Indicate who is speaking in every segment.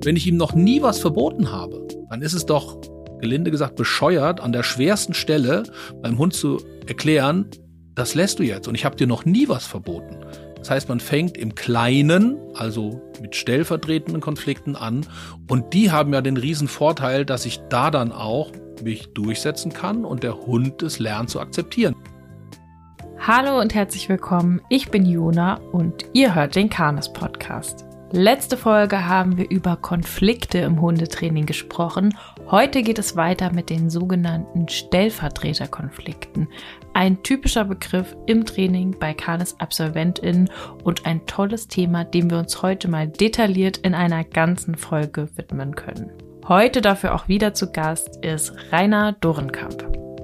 Speaker 1: wenn ich ihm noch nie was verboten habe, dann ist es doch, gelinde gesagt, bescheuert, an der schwersten Stelle beim Hund zu erklären, das lässt du jetzt und ich habe dir noch nie was verboten. Das heißt, man fängt im Kleinen, also mit stellvertretenden Konflikten an und die haben ja den riesen Vorteil, dass ich da dann auch mich durchsetzen kann und der Hund es lernt zu akzeptieren.
Speaker 2: Hallo und herzlich willkommen, ich bin Jona und ihr hört den Canis Podcast. Letzte Folge haben wir über Konflikte im Hundetraining gesprochen. Heute geht es weiter mit den sogenannten Stellvertreterkonflikten. Ein typischer Begriff im Training bei Canis AbsolventInnen und ein tolles Thema, dem wir uns heute mal detailliert in einer ganzen Folge widmen können. Heute dafür auch wieder zu Gast ist Rainer Dorenkamp.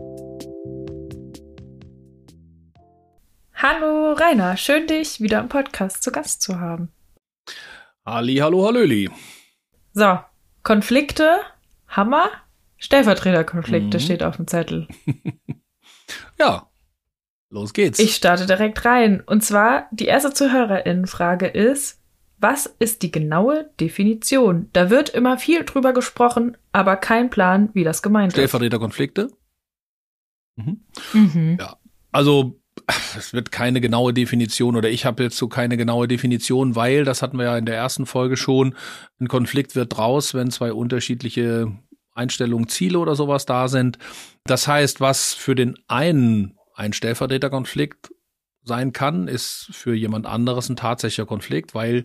Speaker 2: Hallo Rainer, schön dich wieder im Podcast zu Gast zu haben.
Speaker 1: Halli, hallo, hallöli.
Speaker 2: So, Konflikte, Hammer, Stellvertreterkonflikte steht auf dem Zettel.
Speaker 1: Ja, los geht's.
Speaker 2: Ich starte direkt rein. Und zwar, die erste ZuhörerInnenfrage ist, was ist die genaue Definition? Da wird immer viel drüber gesprochen, aber kein Plan, wie das gemeint ist.
Speaker 1: Stellvertreterkonflikte? Ja, also es wird keine genaue Definition oder ich habe jetzt so keine genaue Definition, weil, das hatten wir ja in der ersten Folge schon, ein Konflikt wird draus, wenn zwei unterschiedliche Einstellungen, Ziele oder sowas da sind. Das heißt, was für den einen ein Stellvertreterkonflikt sein kann, ist für jemand anderes ein tatsächlicher Konflikt, weil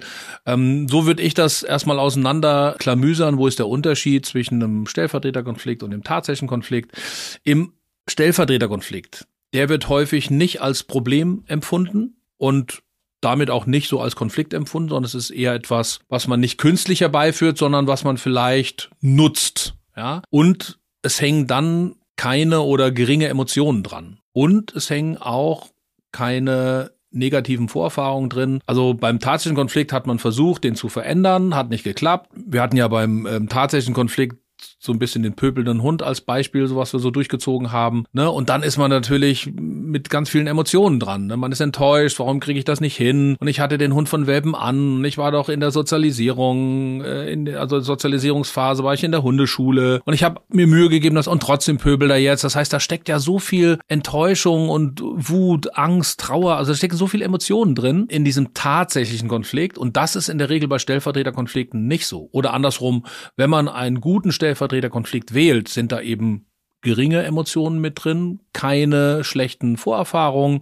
Speaker 1: so würde ich das erstmal auseinanderklamüsern, wo ist der Unterschied zwischen einem Stellvertreterkonflikt und dem tatsächlichen Konflikt. Im Stellvertreterkonflikt, der wird häufig nicht als Problem empfunden und damit auch nicht so als Konflikt empfunden, sondern es ist eher etwas, was man nicht künstlich herbeiführt, sondern was man vielleicht nutzt. Ja? Und es hängen dann keine oder geringe Emotionen dran. Und es hängen auch keine negativen Vorerfahrungen drin. Also beim tatsächlichen Konflikt hat man versucht, den zu verändern, hat nicht geklappt. Wir hatten ja beim tatsächlichen Konflikt so ein bisschen den pöbelnden Hund als Beispiel, so was wir so durchgezogen haben, ne? Und dann ist man natürlich mit ganz vielen Emotionen dran, ne? Man ist enttäuscht, warum kriege ich das nicht hin? Und ich hatte den Hund von Welpen an, ich war doch in der Sozialisierung, also Sozialisierungsphase war ich in der Hundeschule und ich habe mir Mühe gegeben, und trotzdem pöbelt er jetzt. Das heißt, da steckt ja so viel Enttäuschung und Wut, Angst, Trauer, also da stecken so viele Emotionen drin in diesem tatsächlichen Konflikt und das ist in der Regel bei Stellvertreterkonflikten nicht so. Oder andersrum, wenn man einen guten Stellvertreterkonflikt wählt, sind da eben geringe Emotionen mit drin, keine schlechten Vorerfahrungen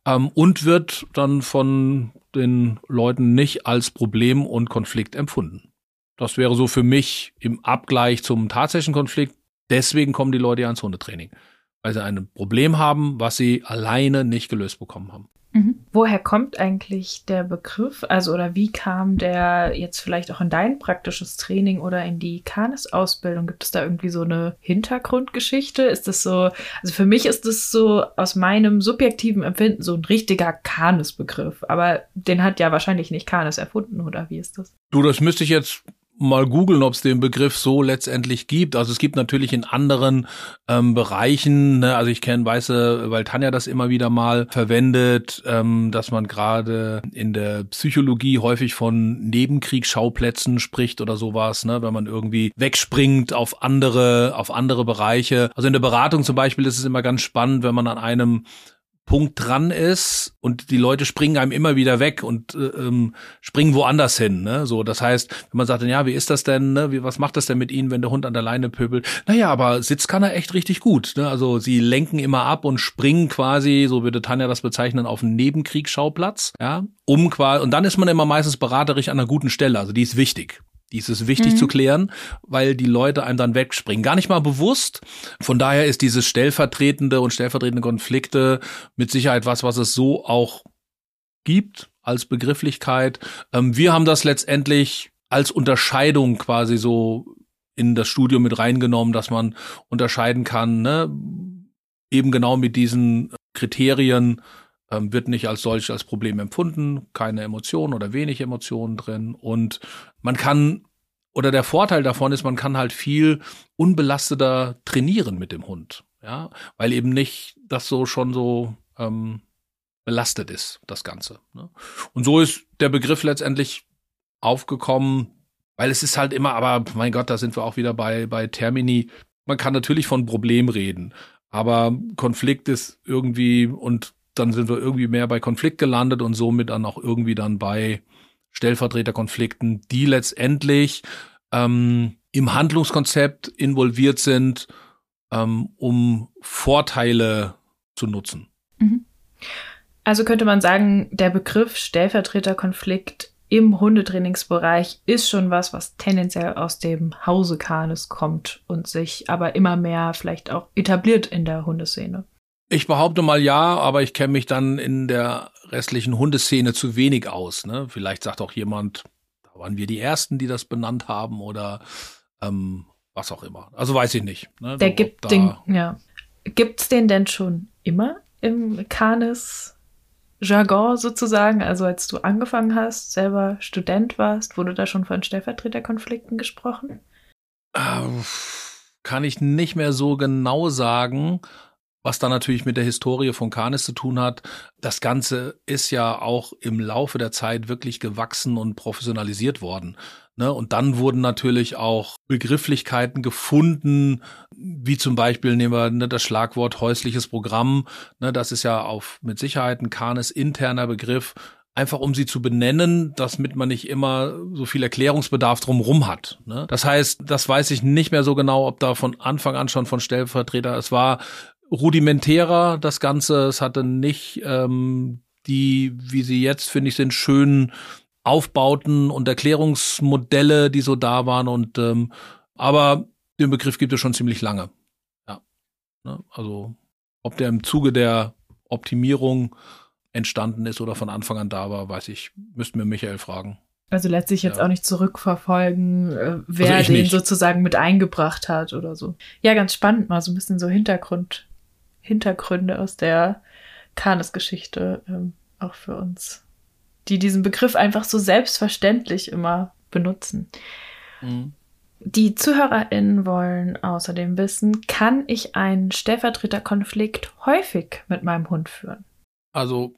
Speaker 1: und wird dann von den Leuten nicht als Problem und Konflikt empfunden. Das wäre so für mich im Abgleich zum tatsächlichen Konflikt. Deswegen kommen die Leute ja ins Hundetraining, weil sie ein Problem haben, was sie alleine nicht gelöst bekommen haben.
Speaker 2: Woher kommt eigentlich der Begriff, also oder wie kam der jetzt vielleicht auch in dein praktisches Training oder in die Canis-Ausbildung? Gibt es da irgendwie so eine Hintergrundgeschichte? Ist das so, also für mich ist das so aus meinem subjektiven Empfinden so ein richtiger Canis-Begriff, aber den hat ja wahrscheinlich nicht Canis erfunden, oder wie ist das?
Speaker 1: Du, das müsste ich jetzt mal googeln, ob es den Begriff so letztendlich gibt. Also es gibt natürlich in anderen Bereichen, ne? Also ich weiß, weil Tanja das immer wieder mal verwendet, dass man gerade in der Psychologie häufig von Nebenkriegsschauplätzen spricht oder sowas, ne? Wenn man irgendwie wegspringt auf andere Bereiche. Also in der Beratung zum Beispiel ist es immer ganz spannend, wenn man an einem Punkt dran ist und die Leute springen einem immer wieder weg und springen woanders hin, ne? So, das heißt, wenn man sagt, ja, wie ist das denn, ne? Was macht das denn mit Ihnen, wenn der Hund an der Leine pöbelt? Naja, aber Sitz kann er echt richtig gut, ne? Also sie lenken immer ab und springen quasi, so würde Tanja das bezeichnen, auf einen Nebenkriegsschauplatz, ja, und dann ist man immer meistens beraterisch an einer guten Stelle, also die ist wichtig. Dies ist wichtig zu klären, weil die Leute einem dann wegspringen. Gar nicht mal bewusst. Von daher ist dieses stellvertretende Konflikte mit Sicherheit was es so auch gibt als Begrifflichkeit. Wir haben das letztendlich als Unterscheidung quasi so in das Studium mit reingenommen, dass man unterscheiden kann, ne? Eben genau mit diesen Kriterien wird nicht als solch als Problem empfunden, keine Emotionen oder wenig Emotionen drin und man kann, oder der Vorteil davon ist, man kann halt viel unbelasteter trainieren mit dem Hund, ja, weil eben nicht das so schon so belastet ist, das Ganze, ne? Und so ist der Begriff letztendlich aufgekommen, Weil es ist halt immer, aber mein Gott, da sind wir auch wieder bei Termini. Man kann natürlich von Problem reden, aber Konflikt ist irgendwie, und dann sind wir irgendwie mehr bei Konflikt gelandet und somit dann auch irgendwie dann bei Stellvertreterkonflikten, die letztendlich im Handlungskonzept involviert sind, um Vorteile zu nutzen.
Speaker 2: Also könnte man sagen, der Begriff Stellvertreterkonflikt im Hundetrainingsbereich ist schon was tendenziell aus dem Hause Canis kommt und sich aber immer mehr vielleicht auch etabliert in der Hundeszene.
Speaker 1: Ich behaupte mal ja, aber ich kenne mich dann in der restlichen Hundeszene zu wenig aus. Ne? Vielleicht sagt auch jemand, da waren wir die Ersten, die das benannt haben oder was auch immer. Also weiß ich nicht. Ne?
Speaker 2: Gibt's den denn schon immer im Canis-Jargon sozusagen? Also als du angefangen hast, selber Student warst, wurde da schon von Stellvertreterkonflikten gesprochen?
Speaker 1: Kann ich nicht mehr so genau sagen. Was dann natürlich mit der Historie von Canis zu tun hat. Das Ganze ist ja auch im Laufe der Zeit wirklich gewachsen und professionalisiert worden. Ne? Und dann wurden natürlich auch Begrifflichkeiten gefunden, wie zum Beispiel nehmen wir das Schlagwort häusliches Programm. Ne? Das ist ja mit Sicherheit ein Canis-interner Begriff, einfach um sie zu benennen, damit man nicht immer so viel Erklärungsbedarf drumherum hat. Ne? Das heißt, das weiß ich nicht mehr so genau, ob da von Anfang an schon von Stellvertreter, es war rudimentärer, das Ganze. Es hatte nicht die, wie sie jetzt, finde ich, sind, schönen Aufbauten und Erklärungsmodelle, die so da waren. Und aber den Begriff gibt es schon ziemlich lange. Ja. Ne? Also ob der im Zuge der Optimierung entstanden ist oder von Anfang an da war, weiß ich, müssten wir Michael fragen.
Speaker 2: Also letztlich jetzt auch nicht zurückverfolgen, wer
Speaker 1: also
Speaker 2: den
Speaker 1: nicht
Speaker 2: sozusagen mit eingebracht hat oder so. Ja, ganz spannend, mal so ein bisschen so Hintergründe aus der Canis-Geschichte auch für uns, die diesen Begriff einfach so selbstverständlich immer benutzen. Mhm. Die ZuhörerInnen wollen außerdem wissen, kann ich einen Stellvertreterkonflikt häufig mit meinem Hund führen?
Speaker 1: Also,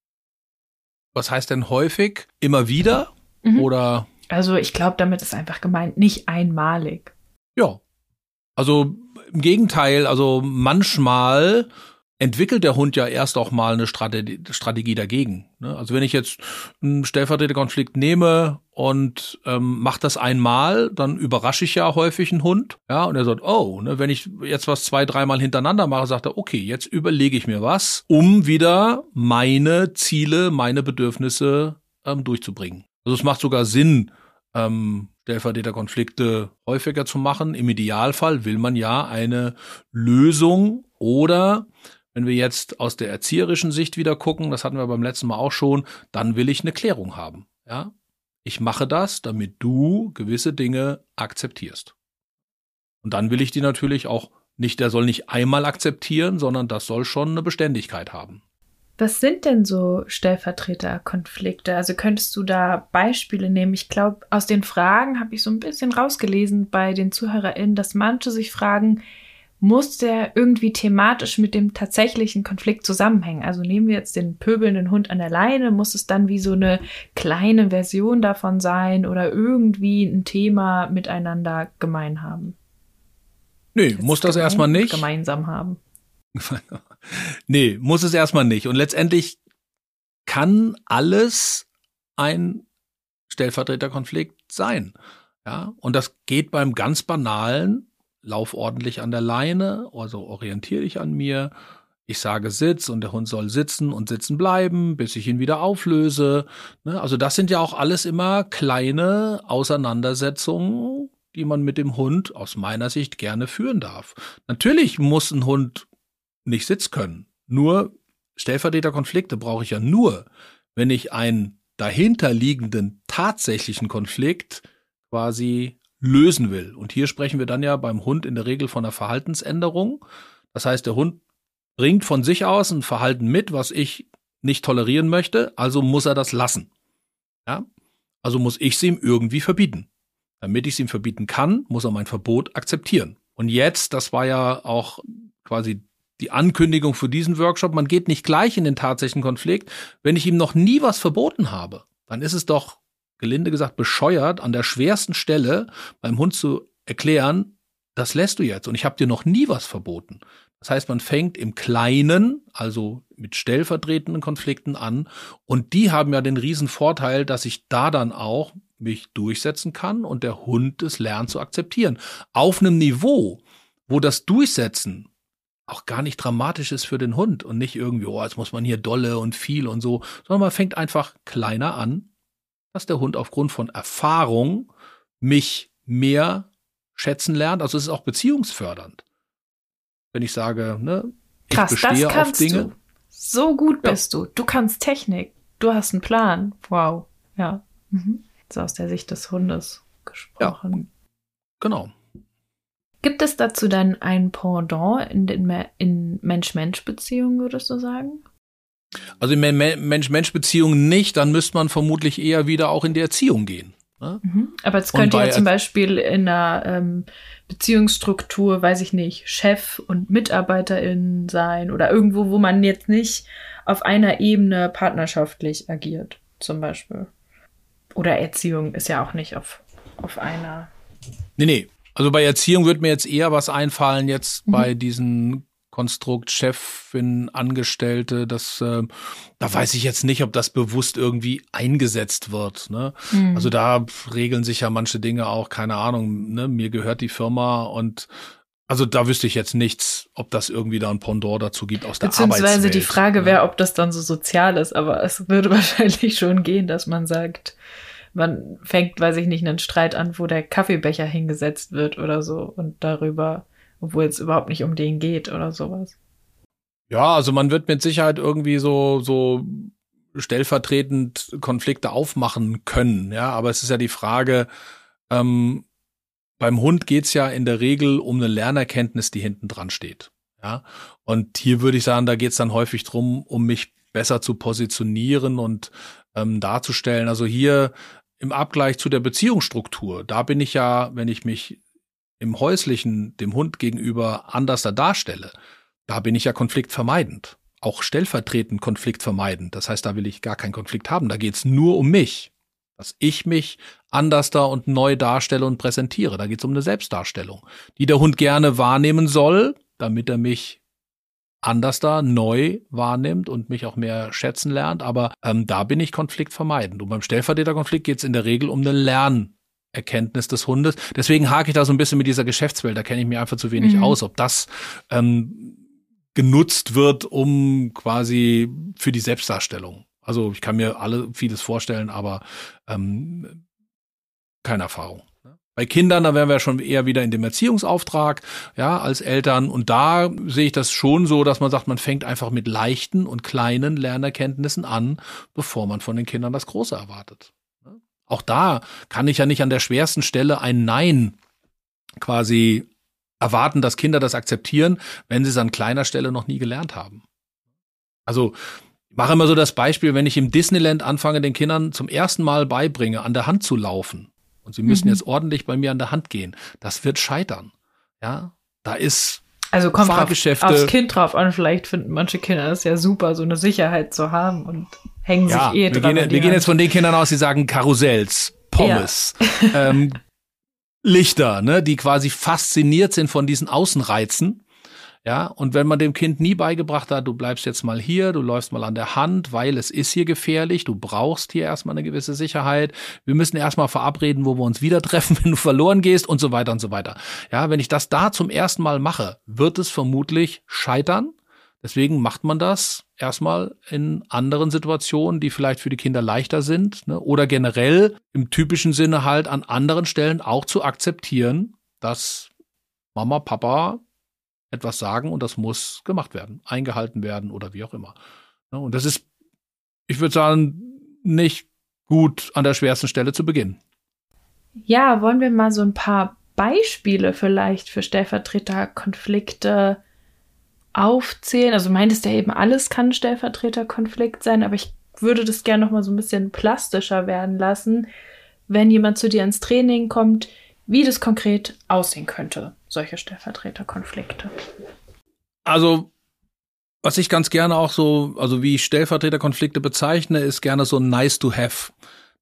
Speaker 1: was heißt denn häufig? Immer wieder? Oder?
Speaker 2: Also ich glaube, damit ist einfach gemeint, nicht einmalig.
Speaker 1: Ja. Also im Gegenteil, also manchmal entwickelt der Hund ja erst auch mal eine Strategie dagegen. Ne? Also wenn ich jetzt einen Stellvertreterkonflikt nehme und mache das einmal, dann überrasche ich ja häufig einen Hund. Ja, und er sagt, oh, ne, wenn ich jetzt was 2-3 Mal hintereinander mache, sagt er, okay, jetzt überlege ich mir was, um wieder meine Ziele, meine Bedürfnisse durchzubringen. Also es macht sogar Sinn, Stellvertreterkonflikte häufiger zu machen. Im Idealfall will man ja eine Lösung oder, wenn wir jetzt aus der erzieherischen Sicht wieder gucken, das hatten wir beim letzten Mal auch schon, dann will ich eine Klärung haben. Ja, ich mache das, damit du gewisse Dinge akzeptierst. Und dann will ich die natürlich auch nicht, der soll nicht einmal akzeptieren, sondern das soll schon eine Beständigkeit haben.
Speaker 2: Was sind denn so Stellvertreterkonflikte? Also könntest du da Beispiele nehmen? Ich glaube, aus den Fragen habe ich so ein bisschen rausgelesen bei den ZuhörerInnen, dass manche sich fragen, muss der irgendwie thematisch mit dem tatsächlichen Konflikt zusammenhängen? Also nehmen wir jetzt den pöbelnden Hund an der Leine, muss es dann wie so eine kleine Version davon sein oder irgendwie ein Thema miteinander gemein haben?
Speaker 1: Nee, muss das erstmal nicht.
Speaker 2: Gemeinsam haben.
Speaker 1: Nee, muss es erstmal nicht. Und letztendlich kann alles ein Stellvertreterkonflikt sein. Ja, und das geht beim ganz banalen, lauf ordentlich an der Leine, also orientiere dich an mir. Ich sage Sitz und der Hund soll sitzen und sitzen bleiben, bis ich ihn wieder auflöse. Also das sind ja auch alles immer kleine Auseinandersetzungen, die man mit dem Hund aus meiner Sicht gerne führen darf. Natürlich muss ein Hund nicht Sitz können. Nur Stellvertreterkonflikte brauche ich ja nur, wenn ich einen dahinterliegenden tatsächlichen Konflikt quasi lösen will. Und hier sprechen wir dann ja beim Hund in der Regel von einer Verhaltensänderung. Das heißt, der Hund bringt von sich aus ein Verhalten mit, was ich nicht tolerieren möchte, also muss er das lassen. Ja? Also muss ich es ihm irgendwie verbieten. Damit ich es ihm verbieten kann, muss er mein Verbot akzeptieren. Und jetzt, das war ja auch quasi die Ankündigung für diesen Workshop, man geht nicht gleich in den tatsächlichen Konflikt. Wenn ich ihm noch nie was verboten habe, dann ist es doch gelinde gesagt, bescheuert, an der schwersten Stelle beim Hund zu erklären, das lässt du jetzt und ich habe dir noch nie was verboten. Das heißt, man fängt im Kleinen, also mit stellvertretenden Konflikten an und die haben ja den riesen Vorteil, dass ich da dann auch mich durchsetzen kann und der Hund es lernt zu akzeptieren. Auf einem Niveau, wo das Durchsetzen auch gar nicht dramatisch ist für den Hund und nicht irgendwie, oh, jetzt muss man hier dolle und viel und so, sondern man fängt einfach kleiner an, dass der Hund aufgrund von Erfahrung mich mehr schätzen lernt. Also es ist auch beziehungsfördernd. Wenn ich sage, ne, ich
Speaker 2: Krass,
Speaker 1: bestehe
Speaker 2: das kannst
Speaker 1: auf Dinge.
Speaker 2: du. So gut bist du. Du kannst Technik. Du hast einen Plan. Wow. Ja. So aus der Sicht des Hundes gesprochen.
Speaker 1: Ja, genau.
Speaker 2: Gibt es dazu dann ein Pendant in Mensch-Mensch-Beziehungen, würdest du sagen?
Speaker 1: Also in Mensch-Mensch-Beziehungen nicht, dann müsste man vermutlich eher wieder auch in die Erziehung gehen. Ne?
Speaker 2: Aber es könnte ja zum Beispiel in einer Beziehungsstruktur, weiß ich nicht, Chef und MitarbeiterInnen sein oder irgendwo, wo man jetzt nicht auf einer Ebene partnerschaftlich agiert, zum Beispiel. Oder Erziehung ist ja auch nicht auf einer.
Speaker 1: Nee. Also bei Erziehung würde mir jetzt eher was einfallen, jetzt bei diesen Konstrukt Chefin, Angestellte, da weiß ich jetzt nicht, ob das bewusst irgendwie eingesetzt wird. Ne? Also da regeln sich ja manche Dinge auch, keine Ahnung, ne? Mir gehört die Firma und also da wüsste ich jetzt nichts, ob das irgendwie da ein Pendant dazu gibt aus der Arbeitswelt.
Speaker 2: Beziehungsweise die Frage wäre, ob das dann so sozial ist, aber es würde wahrscheinlich schon gehen, dass man sagt, man fängt, weiß ich nicht, einen Streit an, wo der Kaffeebecher hingesetzt wird oder so und darüber, obwohl es überhaupt nicht um den geht oder sowas.
Speaker 1: Ja, also man wird mit Sicherheit irgendwie so stellvertretend Konflikte aufmachen können, ja, aber es ist ja die Frage, beim Hund geht's ja in der Regel um eine Lernerkenntnis, die hinten dran steht, ja, und hier würde ich sagen, da geht's dann häufig drum, um mich besser zu positionieren und darzustellen, also hier im Abgleich zu der Beziehungsstruktur, da bin ich ja, wenn ich mich im Häuslichen dem Hund gegenüber anders darstelle, da bin ich ja konfliktvermeidend. Auch stellvertretend konfliktvermeidend. Das heißt, da will ich gar keinen Konflikt haben. Da geht's nur um mich. Dass ich mich anders da und neu darstelle und präsentiere. Da geht's um eine Selbstdarstellung, die der Hund gerne wahrnehmen soll, damit er mich anders da neu wahrnimmt und mich auch mehr schätzen lernt. Aber da bin ich konfliktvermeidend. Und beim Stellvertreterkonflikt geht's in der Regel um eine Lernerkenntnis des Hundes. Deswegen hake ich da so ein bisschen mit dieser Geschäftswelt. Da kenne ich mir einfach zu wenig aus, ob das genutzt wird, um quasi für die Selbstdarstellung. Also ich kann mir vieles vorstellen, aber keine Erfahrung. Bei Kindern, da wären wir schon eher wieder in dem Erziehungsauftrag, ja, als Eltern. Und da sehe ich das schon so, dass man sagt, man fängt einfach mit leichten und kleinen Lernerkenntnissen an, bevor man von den Kindern das Große erwartet. Auch da kann ich ja nicht an der schwersten Stelle ein Nein quasi erwarten, dass Kinder das akzeptieren, wenn sie es an kleiner Stelle noch nie gelernt haben. Also ich mache immer so das Beispiel, wenn ich im Disneyland anfange, den Kindern zum ersten Mal beibringe, an der Hand zu laufen. Und sie müssen jetzt ordentlich bei mir an der Hand gehen. Das wird scheitern. Ja, da ist
Speaker 2: also kommt
Speaker 1: Fahrgeschäfte.
Speaker 2: Aufs Kind drauf an. Vielleicht finden manche Kinder es ja super, so eine Sicherheit zu haben und hängen sich dran.
Speaker 1: Wir gehen jetzt von den Kindern aus, die sagen Karussells, Pommes, Lichter, ne, die quasi fasziniert sind von diesen Außenreizen. Ja, und wenn man dem Kind nie beigebracht hat, du bleibst jetzt mal hier, du läufst mal an der Hand, weil es ist hier gefährlich, du brauchst hier erstmal eine gewisse Sicherheit, wir müssen erstmal verabreden, wo wir uns wieder treffen, wenn du verloren gehst und so weiter und so weiter. Ja, wenn ich das da zum ersten Mal mache, wird es vermutlich scheitern. Deswegen macht man das erstmal in anderen Situationen, die vielleicht für die Kinder leichter sind, ne? Oder generell im typischen Sinne halt an anderen Stellen auch zu akzeptieren, dass Mama, Papa etwas sagen und das muss gemacht werden, eingehalten werden oder wie auch immer. Und das ist, ich würde sagen, nicht gut an der schwersten Stelle zu beginnen.
Speaker 2: Ja, wollen wir mal so ein paar Beispiele vielleicht für Stellvertreterkonflikte aufzählen? Also meintest du ja eben, alles kann Stellvertreterkonflikt sein, aber ich würde das gerne noch mal so ein bisschen plastischer werden lassen, wenn jemand zu dir ins Training kommt, wie das konkret aussehen könnte, solche Stellvertreterkonflikte.
Speaker 1: Also, was ich ganz gerne auch so, also wie ich Stellvertreterkonflikte bezeichne, ist gerne so nice to have.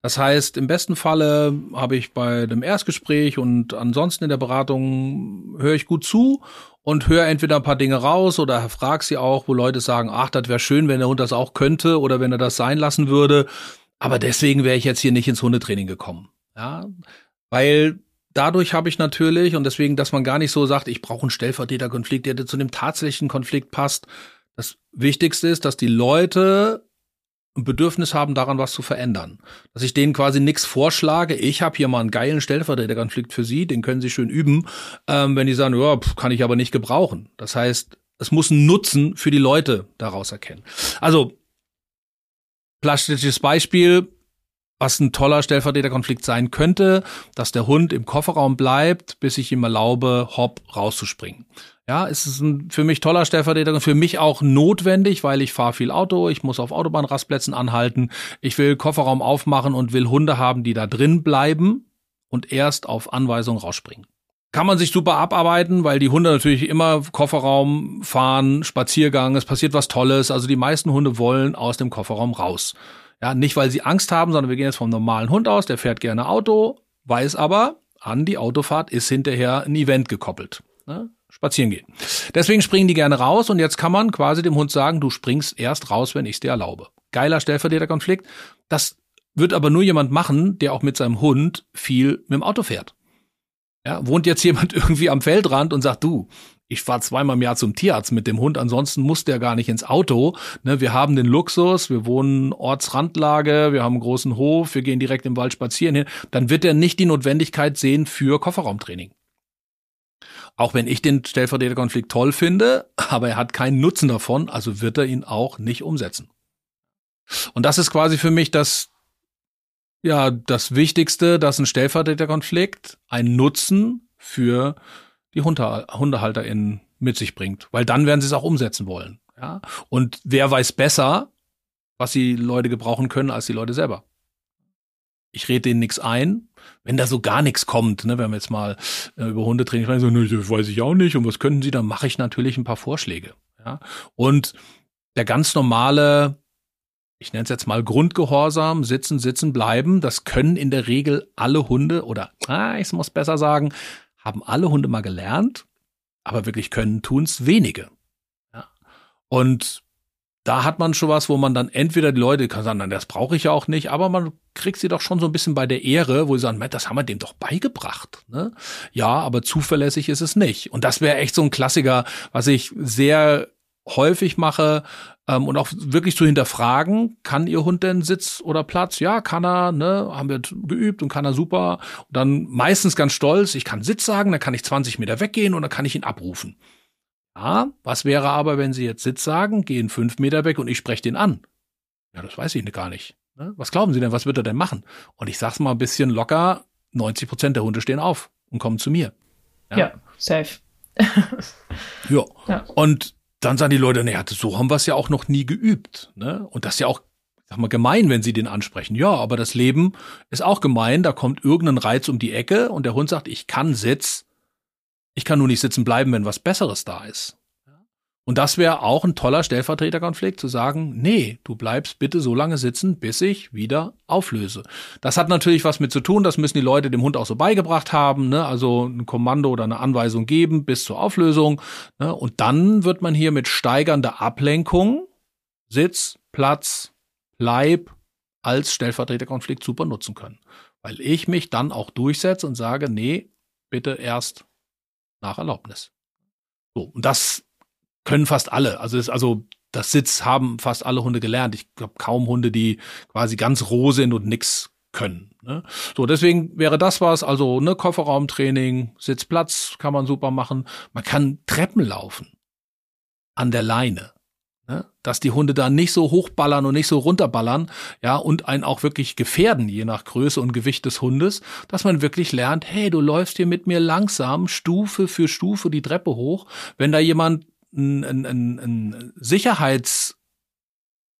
Speaker 1: Das heißt, im besten Falle habe ich bei dem Erstgespräch und ansonsten in der Beratung höre ich gut zu und höre entweder ein paar Dinge raus oder frage sie auch, wo Leute sagen, ach, das wäre schön, wenn der Hund das auch könnte oder wenn er das sein lassen würde. Aber deswegen wäre ich jetzt hier nicht ins Hundetraining gekommen. Ja, weil dadurch habe ich natürlich, und deswegen, dass man gar nicht so sagt, ich brauche einen Stellvertreterkonflikt, der zu dem tatsächlichen Konflikt passt. Das Wichtigste ist, dass die Leute ein Bedürfnis haben, daran was zu verändern. Dass ich denen quasi nichts vorschlage. Ich habe hier mal einen geilen Stellvertreterkonflikt für Sie, den können Sie schön üben. Wenn die sagen, ja, kann ich aber nicht gebrauchen. Das heißt, es muss einen Nutzen für die Leute daraus erkennen. Also, plastisches Beispiel, was ein toller Stellvertreterkonflikt sein könnte, dass der Hund im Kofferraum bleibt, bis ich ihm erlaube, hopp, rauszuspringen. Ja, es ist ein für mich toller Stellvertreter und für mich auch notwendig, weil ich fahre viel Auto, ich muss auf Autobahnrastplätzen anhalten, ich will Kofferraum aufmachen und will Hunde haben, die da drin bleiben und erst auf Anweisung rausspringen. Kann man sich super abarbeiten, weil die Hunde natürlich immer Kofferraum fahren, Spaziergang, es passiert was Tolles, also die meisten Hunde wollen aus dem Kofferraum raus. Ja, nicht weil sie Angst haben, sondern wir gehen jetzt vom normalen Hund aus, der fährt gerne Auto, weiß aber, an die Autofahrt ist hinterher ein Event gekoppelt. Ne? Spazieren gehen. Deswegen springen die gerne raus und jetzt kann man quasi dem Hund sagen, du springst erst raus, wenn ich es dir erlaube. Geiler Stellvertreterkonflikt. Das wird aber nur jemand machen, der auch mit seinem Hund viel mit dem Auto fährt. Ja, wohnt jetzt jemand irgendwie am Feldrand und sagt, du, ich fahre 2-mal im Jahr zum Tierarzt mit dem Hund, ansonsten muss der gar nicht ins Auto. Ne, wir haben den Luxus, wir wohnen Ortsrandlage, wir haben einen großen Hof, wir gehen direkt im Wald spazieren hin. Dann wird er nicht die Notwendigkeit sehen für Kofferraumtraining. Auch wenn ich den Stellvertreterkonflikt toll finde, aber er hat keinen Nutzen davon, also wird er ihn auch nicht umsetzen. Und das ist quasi für mich das Wichtigste, dass ein Stellvertreterkonflikt einen Nutzen für die HundehalterInnen mit sich bringt. Weil dann werden sie es auch umsetzen wollen. Ja? Und wer weiß besser, was die Leute gebrauchen können, als die Leute selber. Ich rede denen nichts ein. Wenn da so gar nichts kommt, ne, wenn wir jetzt mal über Hundetraining sprechen, so, ne, das weiß ich auch nicht. Und was könnten Sie, dann mache ich natürlich ein paar Vorschläge. Ja? Und der ganz normale, ich nenne es jetzt mal Grundgehorsam, sitzen, bleiben, das können in der Regel alle Hunde oder, ich muss besser sagen, haben alle Hunde mal gelernt, aber wirklich können, tun's wenige. Ja? Und da hat man schon was, wo man dann entweder die Leute kann sagen, das brauche ich ja auch nicht, aber man kriegt sie doch schon so ein bisschen bei der Ehre, wo sie sagen, das haben wir dem doch beigebracht. Ne? Ja, aber zuverlässig ist es nicht. Und das wäre echt so ein Klassiker, was ich sehr häufig mache und auch wirklich zu hinterfragen, kann Ihr Hund denn Sitz oder Platz? Ja, kann er, ne? Haben wir geübt und kann er super. Und dann meistens ganz stolz, ich kann Sitz sagen, dann kann ich 20 Meter weggehen und dann kann ich ihn abrufen. Ja, was wäre aber, wenn Sie jetzt Sitz sagen, gehen 5 Meter weg und ich spreche den an? Ja, das weiß ich gar nicht. Ne? Was glauben Sie denn, was wird er denn machen? Und ich sag's mal ein bisschen locker, 90% der Hunde stehen auf und kommen zu mir.
Speaker 2: Ja, safe.
Speaker 1: Ja, und dann sagen die Leute, nee, so haben wir es ja auch noch nie geübt. Ne? Und das ist ja auch, sag mal, gemein, wenn sie den ansprechen. Ja, aber das Leben ist auch gemein, da kommt irgendein Reiz um die Ecke und der Hund sagt, ich kann Sitz, ich kann nur nicht sitzen bleiben, wenn was Besseres da ist. Und das wäre auch ein toller Stellvertreterkonflikt, zu sagen, nee, du bleibst bitte so lange sitzen, bis ich wieder auflöse. Das hat natürlich was mit zu tun, das müssen die Leute dem Hund auch so beigebracht haben, ne? Also ein Kommando oder eine Anweisung geben bis zur Auflösung. Ne? Und dann wird man hier mit steigernder Ablenkung Sitz, Platz, Bleib als Stellvertreterkonflikt super nutzen können. Weil ich mich dann auch durchsetze und sage, nee, bitte erst nach Erlaubnis. So, und das können fast alle. Also das Sitz haben fast alle Hunde gelernt. Ich glaube kaum Hunde, die quasi ganz roh sind und nix können. Ne? So, deswegen wäre das was. Also ne, Kofferraumtraining, Sitzplatz kann man super machen. Man kann Treppen laufen an der Leine. Ne? Dass die Hunde da nicht so hochballern und nicht so runterballern, ja, und einen auch wirklich gefährden, je nach Größe und Gewicht des Hundes, dass man wirklich lernt, hey, du läufst hier mit mir langsam, Stufe für Stufe die Treppe hoch. Wenn da jemand ein Sicherheitsgurt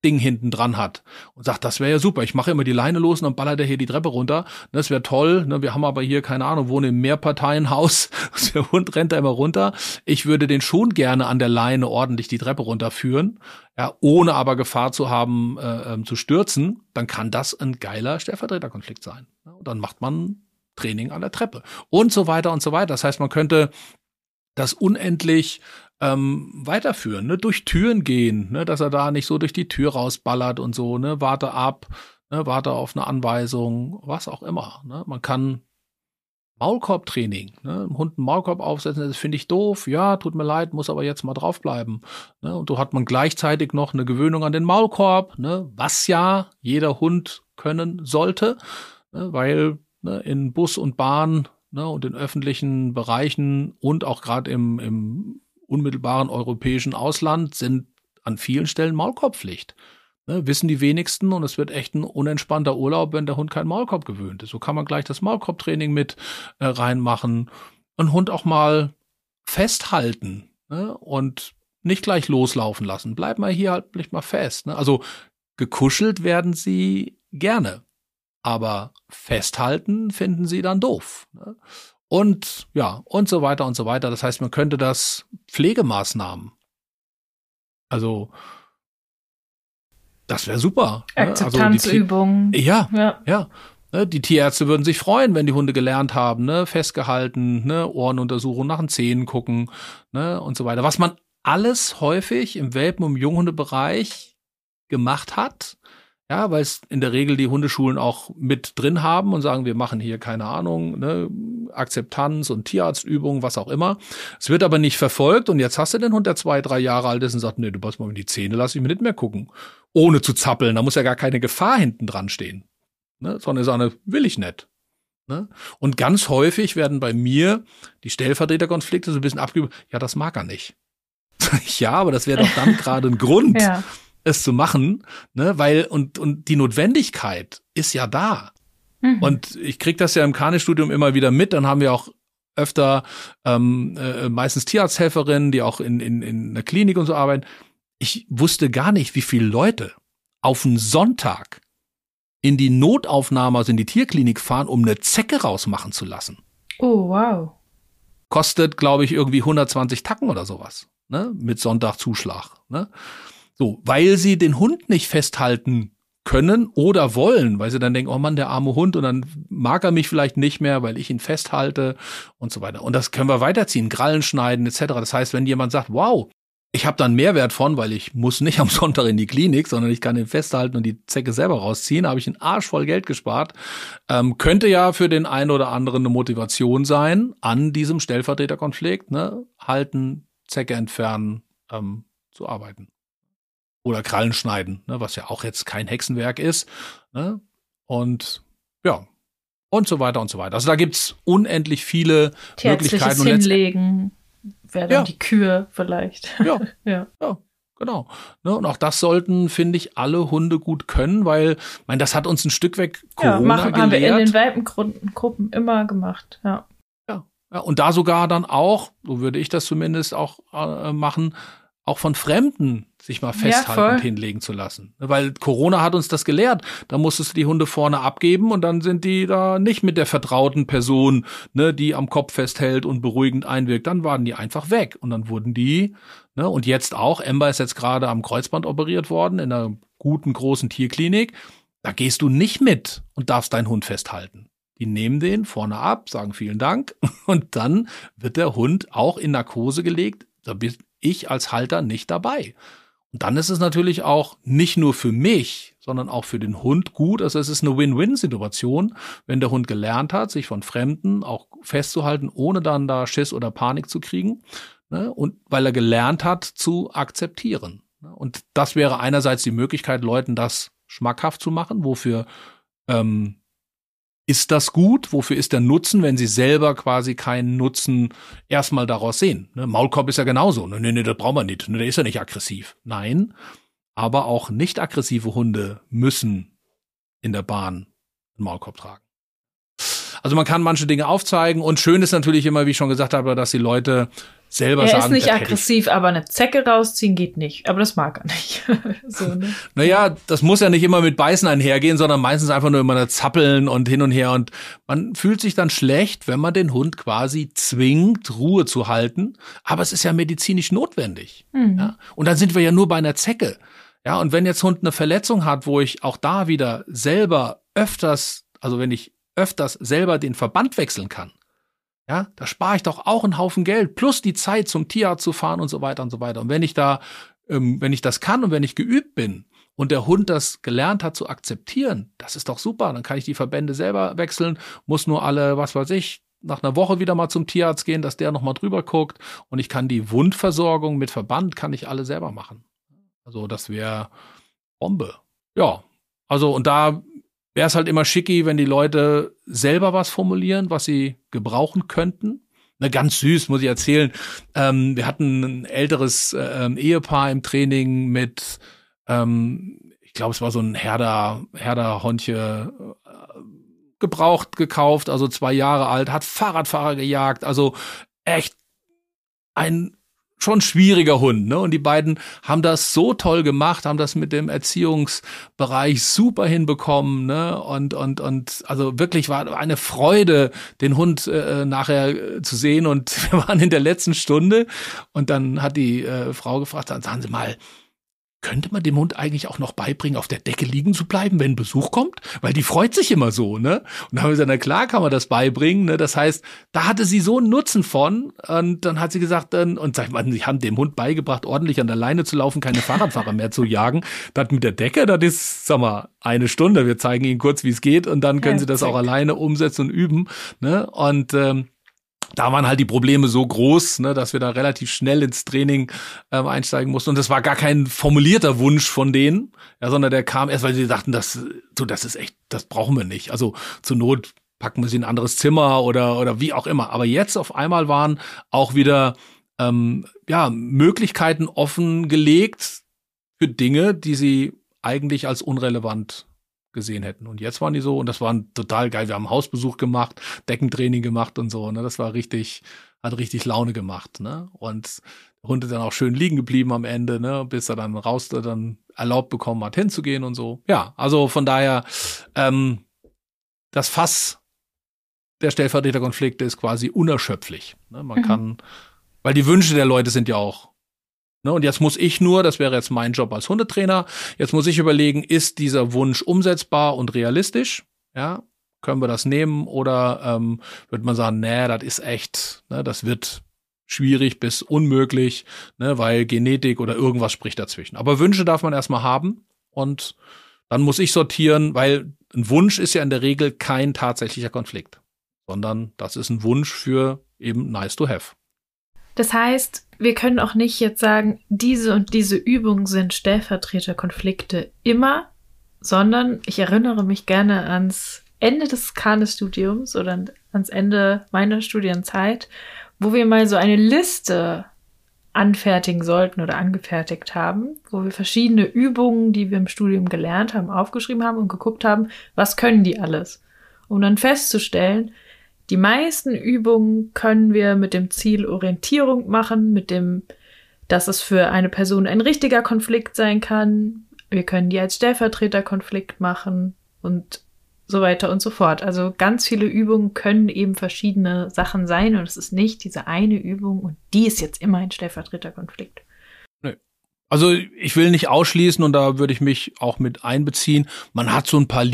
Speaker 1: Ding hinten dran hat und sagt, das wäre ja super, ich mache immer die Leine los und dann ballert er hier die Treppe runter. Das wäre toll, ne? Wir haben aber hier, keine Ahnung, wohnen im Mehrparteienhaus, der Hund rennt da immer runter. Ich würde den schon gerne an der Leine ordentlich die Treppe runterführen, ja, ohne aber Gefahr zu haben, zu stürzen. Dann kann das ein geiler Stellvertreterkonflikt sein. Und dann macht man Training an der Treppe und so weiter und so weiter. Das heißt, man könnte das unendlich weiterführen, ne? Durch Türen gehen, ne? Dass er da nicht so durch die Tür rausballert und so, ne? Warte ab, ne? Warte auf eine Anweisung, was auch immer, ne? Man kann Maulkorbtraining, ne? Dem Hund einen Maulkorb aufsetzen, das finde ich doof, ja, tut mir leid, muss aber jetzt mal draufbleiben, ne? Und so hat man gleichzeitig noch eine Gewöhnung an den Maulkorb, ne? Was ja jeder Hund können sollte, ne? Weil, ne, in Bus und Bahn, ne, und in öffentlichen Bereichen und auch gerade im unmittelbaren europäischen Ausland sind an vielen Stellen Maulkorbpflicht. Ne, wissen die wenigsten und es wird echt ein unentspannter Urlaub, wenn der Hund keinen Maulkorb gewöhnt ist. So kann man gleich das Maulkorbtraining mit reinmachen. Einen Hund auch mal festhalten, ne, und nicht gleich loslaufen lassen. Bleib mal hier halt nicht mal fest. Ne? Also gekuschelt werden sie gerne, aber festhalten finden sie dann doof. Ne? Und ja, und so weiter und so weiter. Das heißt, man könnte das Pflegemaßnahmen, also das wäre super.
Speaker 2: Akzeptanzübungen.
Speaker 1: Ja. Ne, die Tierärzte würden sich freuen, wenn die Hunde gelernt haben, ne, festgehalten, ne, Ohrenuntersuchung, nach den Zähnen gucken, ne, und so weiter. Was man alles häufig im Welpen- und Junghundebereich gemacht hat. Ja, weil es in der Regel die Hundeschulen auch mit drin haben und sagen, wir machen hier, keine Ahnung, ne, Akzeptanz und Tierarztübungen, was auch immer. Es wird aber nicht verfolgt und jetzt hast du den Hund, der 2, 3 Jahre alt ist und sagt, nee, du pass mal in die Zähne, lass ich mir nicht mehr gucken. Ohne zu zappeln, da muss ja gar keine Gefahr hinten dran stehen. Ne, sondern ist eine, will ich nicht. Ne? Und ganz häufig werden bei mir die Stellvertreterkonflikte so ein bisschen abgeübt, ja, das mag er nicht. Ja, aber das wäre doch dann gerade ein Grund, ja, es zu machen, ne, weil und die Notwendigkeit ist ja da. Und ich krieg das ja im Kani-Studium immer wieder mit, dann haben wir auch öfter meistens Tierarzthelferinnen, die auch in der Klinik und so arbeiten. Ich wusste gar nicht, wie viele Leute auf einen Sonntag in die Notaufnahme, also in die Tierklinik fahren, um eine Zecke rausmachen zu lassen.
Speaker 2: Oh, wow.
Speaker 1: Kostet, glaube ich, irgendwie 120 Tacken oder sowas, ne, mit Sonntagzuschlag, ne. So, weil sie den Hund nicht festhalten können oder wollen, weil sie dann denken, oh Mann, der arme Hund, und dann mag er mich vielleicht nicht mehr, weil ich ihn festhalte und so weiter. Und das können wir weiterziehen, Krallen schneiden etc. Das heißt, wenn jemand sagt, wow, ich habe da einen Mehrwert von, weil ich muss nicht am Sonntag in die Klinik, sondern ich kann ihn festhalten und die Zecke selber rausziehen, habe ich einen Arsch voll Geld gespart, könnte ja für den einen oder anderen eine Motivation sein, an diesem Stellvertreterkonflikt, ne, halten, Zecke entfernen, zu arbeiten. Oder Krallen schneiden, ne, was ja auch jetzt kein Hexenwerk ist. Ne? Und ja, und so weiter und so weiter. Also da gibt's unendlich viele Möglichkeiten.
Speaker 2: Hinlegen wäre dann die Kür vielleicht.
Speaker 1: Ja, genau. Ne, und auch das sollten, finde ich, alle Hunde gut können, weil, ich meine, das hat uns ein Stück weg Corona gelehrt.
Speaker 2: Haben wir in den Welpengruppen immer gemacht, ja.
Speaker 1: Ja, und da sogar dann auch, so würde ich das zumindest auch machen, auch von Fremden sich mal festhalten und hinlegen zu lassen. Weil Corona hat uns das gelehrt. Da musstest du die Hunde vorne abgeben und dann sind die da nicht mit der vertrauten Person, ne, die am Kopf festhält und beruhigend einwirkt. Dann waren die einfach weg und dann wurden die, ne, und jetzt auch, Ember ist jetzt gerade am Kreuzband operiert worden in einer guten, großen Tierklinik. Da gehst du nicht mit und darfst deinen Hund festhalten. Die nehmen den vorne ab, sagen vielen Dank und dann wird der Hund auch in Narkose gelegt. Da bin ich als Halter nicht dabei. Und dann ist es natürlich auch nicht nur für mich, sondern auch für den Hund gut. Also es ist eine Win-Win-Situation, wenn der Hund gelernt hat, sich von Fremden auch festzuhalten, ohne dann da Schiss oder Panik zu kriegen. Ne? Und weil er gelernt hat, zu akzeptieren. Und das wäre einerseits die Möglichkeit, Leuten das schmackhaft zu machen. Wofür ist das gut? Wofür ist der Nutzen, wenn sie selber quasi keinen Nutzen erstmal daraus sehen? Ne? Maulkorb ist ja genauso. Nee, das brauchen wir nicht. Der ist ja nicht aggressiv. Nein, aber auch nicht aggressive Hunde müssen in der Bahn einen Maulkorb tragen. Also man kann manche Dinge aufzeigen und schön ist natürlich immer, wie ich schon gesagt habe, dass die Leute selber sagen.
Speaker 2: Er ist nicht aggressiv, aber eine Zecke rausziehen geht nicht. Aber das mag er nicht. So, ne?
Speaker 1: Naja, das muss ja nicht immer mit Beißen einhergehen, sondern meistens einfach nur immer zappeln und hin und her. Und man fühlt sich dann schlecht, wenn man den Hund quasi zwingt, Ruhe zu halten. Aber es ist ja medizinisch notwendig. Ja? Und dann sind wir ja nur bei einer Zecke. Ja, und wenn jetzt Hund eine Verletzung hat, wo ich auch da wieder selber wenn ich öfters selber den Verband wechseln kann, ja, da spare ich doch auch einen Haufen Geld, plus die Zeit zum Tierarzt zu fahren und so weiter und so weiter. Und wenn ich das kann und wenn ich geübt bin und der Hund das gelernt hat zu akzeptieren, das ist doch super. Dann kann ich die Verbände selber wechseln, muss nur alle, nach einer Woche wieder mal zum Tierarzt gehen, dass der nochmal drüber guckt und ich kann die Wundversorgung mit Verband, kann ich alle selber machen. Also das wäre Bombe. Ja, also und da wäre es halt immer schicki, wenn die Leute selber was formulieren, was sie gebrauchen könnten. Na, ganz süß, muss ich erzählen. Wir hatten ein älteres Ehepaar im Training mit, ich glaube, es war so ein Herder-Hondje gebraucht gekauft, also 2 Jahre alt, hat Fahrradfahrer gejagt, also echt ein schon schwieriger Hund, ne? Und die beiden haben das so toll gemacht, haben das mit dem Erziehungsbereich super hinbekommen, ne? Und also wirklich war eine Freude, den Hund nachher zu sehen. Und wir waren in der letzten Stunde und dann hat die Frau gefragt, sagen Sie mal, könnte man dem Hund eigentlich auch noch beibringen, auf der Decke liegen zu bleiben, wenn Besuch kommt? Weil die freut sich immer so, ne? Und dann haben wir gesagt, na klar kann man das beibringen, ne? Das heißt, da hatte sie so einen Nutzen von. Und dann hat sie gesagt, sie haben dem Hund beigebracht, ordentlich an der Leine zu laufen, keine Fahrradfahrer mehr zu jagen. Das mit der Decke, das ist, 1 Stunde. Wir zeigen Ihnen kurz, wie es geht. Und dann können sie das auch alleine umsetzen und üben, ne? Und da waren halt die Probleme so groß, ne, dass wir da relativ schnell ins Training einsteigen mussten. Und das war gar kein formulierter Wunsch von denen, ja, sondern der kam erst, weil sie dachten, das ist echt, das brauchen wir nicht. Also zur Not packen wir sie in ein anderes Zimmer oder wie auch immer. Aber jetzt auf einmal waren auch wieder Möglichkeiten offengelegt für Dinge, die sie eigentlich als unrelevant gesehen hätten. Und jetzt waren die so, und das war total geil. Wir haben Hausbesuch gemacht, Deckentraining gemacht und so, ne? Das war hat richtig Laune gemacht, ne? Und der Hund ist dann auch schön liegen geblieben am Ende, ne? Bis er dann dann erlaubt bekommen hat, hinzugehen und so. Ja, also von daher, das Fass der Stellvertreterkonflikte ist quasi unerschöpflich, ne? Man kann, weil die Wünsche der Leute sind ja auch, ne, und jetzt muss ich nur, das wäre jetzt mein Job als Hundetrainer, jetzt muss ich überlegen, ist dieser Wunsch umsetzbar und realistisch? Ja, können wir das nehmen oder wird man sagen, nee, das ist echt, ne, das wird schwierig bis unmöglich, ne, weil Genetik oder irgendwas spricht dazwischen. Aber Wünsche darf man erstmal haben und dann muss ich sortieren, weil ein Wunsch ist ja in der Regel kein tatsächlicher Konflikt, sondern das ist ein Wunsch für eben nice to have.
Speaker 2: Das heißt, wir können auch nicht jetzt sagen, diese und diese Übungen sind Stellvertreterkonflikte immer, sondern ich erinnere mich gerne ans Ende des Canis-Studiums oder ans Ende meiner Studienzeit, wo wir mal so eine Liste anfertigen sollten oder angefertigt haben, wo wir verschiedene Übungen, die wir im Studium gelernt haben, aufgeschrieben haben und geguckt haben, was können die alles? Um dann festzustellen, die meisten Übungen können wir mit dem Ziel Orientierung machen, dass es für eine Person ein richtiger Konflikt sein kann. Wir können die als Stellvertreterkonflikt machen und so weiter und so fort. Also ganz viele Übungen können eben verschiedene Sachen sein und es ist nicht diese eine Übung und die ist jetzt immer ein Stellvertreterkonflikt.
Speaker 1: Nee. Also ich will nicht ausschließen und da würde ich mich auch mit einbeziehen. Man hat so ein paar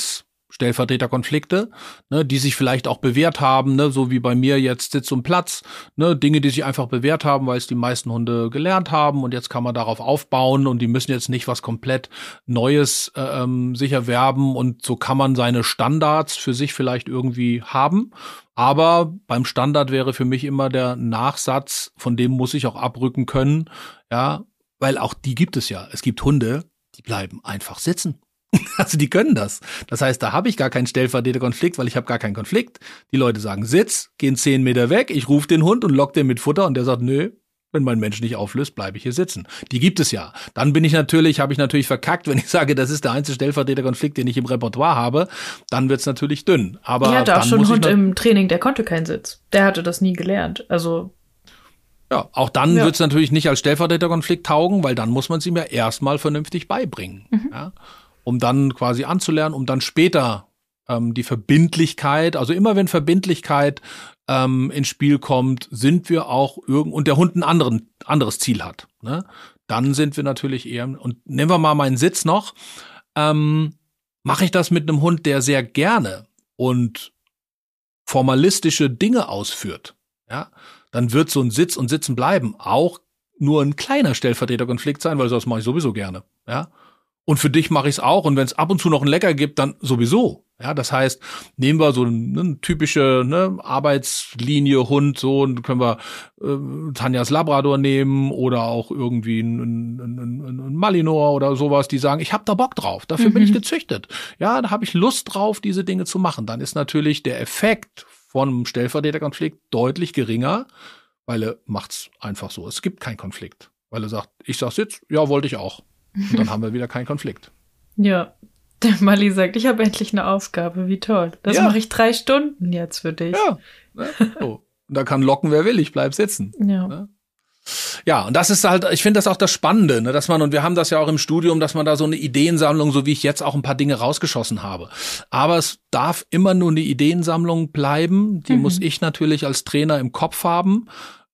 Speaker 1: Stellvertreterkonflikte, ne, die sich vielleicht auch bewährt haben, ne, so wie bei mir jetzt Sitz und Platz, ne, Dinge, die sich einfach bewährt haben, weil es die meisten Hunde gelernt haben und jetzt kann man darauf aufbauen und die müssen jetzt nicht was komplett Neues sich erwerben und so kann man seine Standards für sich vielleicht irgendwie haben, aber beim Standard wäre für mich immer der Nachsatz, von dem muss ich auch abrücken können, ja, weil auch die gibt es ja. Es gibt Hunde, die bleiben einfach sitzen. Also die können das. Das heißt, da habe ich gar keinen Stellvertreterkonflikt, weil ich habe gar keinen Konflikt. Die Leute sagen Sitz, gehen 10 Meter weg, ich rufe den Hund und lock den mit Futter und der sagt, nö, Wenn mein Mensch nicht auflöst, bleibe ich hier sitzen. Die gibt es ja. Dann habe ich natürlich verkackt, wenn ich sage, das ist der einzige Stellvertreterkonflikt, den ich im Repertoire habe, dann wird's natürlich dünn. Aber
Speaker 2: ich hatte auch schon einen Hund im Training, der konnte keinen Sitz. Der hatte das nie gelernt. Also
Speaker 1: ja, auch dann wird's natürlich nicht als Stellvertreterkonflikt taugen, weil dann muss man es ihm ja erstmal vernünftig beibringen, ja, um dann quasi anzulernen, um dann später die Verbindlichkeit, also immer wenn Verbindlichkeit ins Spiel kommt, sind wir auch und der Hund ein anderes Ziel hat, ne? Dann sind wir natürlich eher, und nehmen wir mal meinen Sitz noch, mache ich das mit einem Hund, der sehr gerne und formalistische Dinge ausführt, ja, dann wird so ein Sitz und Sitzen bleiben auch nur ein kleiner Stellvertreterkonflikt sein, weil das mache ich sowieso gerne, ja. Und für dich mache ich es auch. Und wenn es ab und zu noch ein Lecker gibt, dann sowieso. Ja, das heißt, nehmen wir so eine typische Arbeitslinie Hund, so, und können wir Tanjas Labrador nehmen oder auch irgendwie ein Malinois oder sowas, die sagen, ich habe da Bock drauf, dafür bin ich gezüchtet. Ja, da habe ich Lust drauf, diese Dinge zu machen. Dann ist natürlich der Effekt von einem Stellvertreterkonflikt deutlich geringer, weil er macht's einfach so. Es gibt keinen Konflikt, weil er sagt, ich sag Sitz, ja, wollte ich auch. Und dann haben wir wieder keinen Konflikt.
Speaker 2: Ja, der Mali sagt, ich habe endlich eine Aufgabe, wie toll. Das mache ich 3 Stunden jetzt für dich.
Speaker 1: Ja, ne? So. Und da kann locken, wer will, ich bleib sitzen.
Speaker 2: Ja.
Speaker 1: Ne? Ja, und das ist halt, ich finde das auch das Spannende, ne, dass man, und wir haben das ja auch im Studium, dass man da so eine Ideensammlung, so wie ich jetzt auch ein paar Dinge rausgeschossen habe. Aber es darf immer nur eine Ideensammlung bleiben, die muss ich natürlich als Trainer im Kopf haben.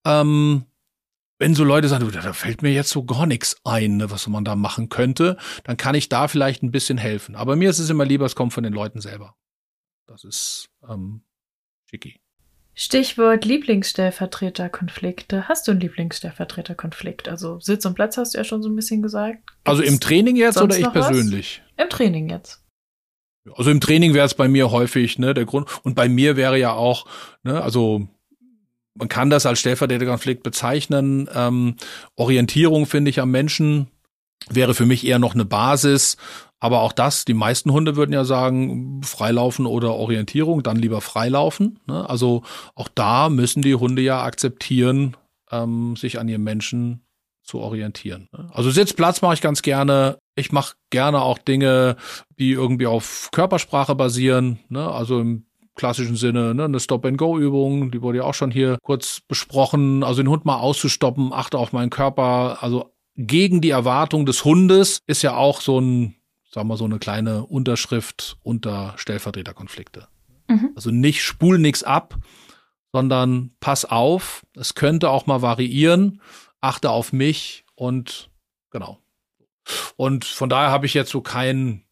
Speaker 1: Wenn so Leute sagen, da fällt mir jetzt so gar nichts ein, ne, was man da machen könnte, dann kann ich da vielleicht ein bisschen helfen. Aber mir ist es immer lieber, es kommt von den Leuten selber. Das ist schicki.
Speaker 2: Stichwort Lieblingsstellvertreterkonflikte. Hast du einen Lieblingsstellvertreterkonflikt? Also Sitz und Platz hast du ja schon so ein bisschen gesagt.
Speaker 1: Also im Training jetzt oder ich persönlich?
Speaker 2: Im Training jetzt.
Speaker 1: Also im Training wäre es bei mir häufig, ne, der Grund. Und bei mir wäre ja auch, ne, also man kann das als Stellvertreterkonflikt bezeichnen. Orientierung, finde ich, am Menschen wäre für mich eher noch eine Basis. Aber auch das, die meisten Hunde würden ja sagen, Freilaufen oder Orientierung, dann lieber Freilaufen. Ne? Also auch da müssen die Hunde ja akzeptieren, sich an ihrem Menschen zu orientieren. Ne? Also Sitzplatz mache ich ganz gerne. Ich mache gerne auch Dinge, die irgendwie auf Körpersprache basieren. Ne? Also im klassischen Sinne, ne, eine Stop-and-Go-Übung, die wurde ja auch schon hier kurz besprochen. Also den Hund mal auszustoppen, achte auf meinen Körper. Also gegen die Erwartung des Hundes ist ja auch so ein, sagen wir, so eine kleine Unterschrift unter Stellvertreterkonflikte. Also nicht spul nix ab, sondern pass auf, es könnte auch mal variieren, achte auf mich und genau. Und von daher habe ich jetzt so keinen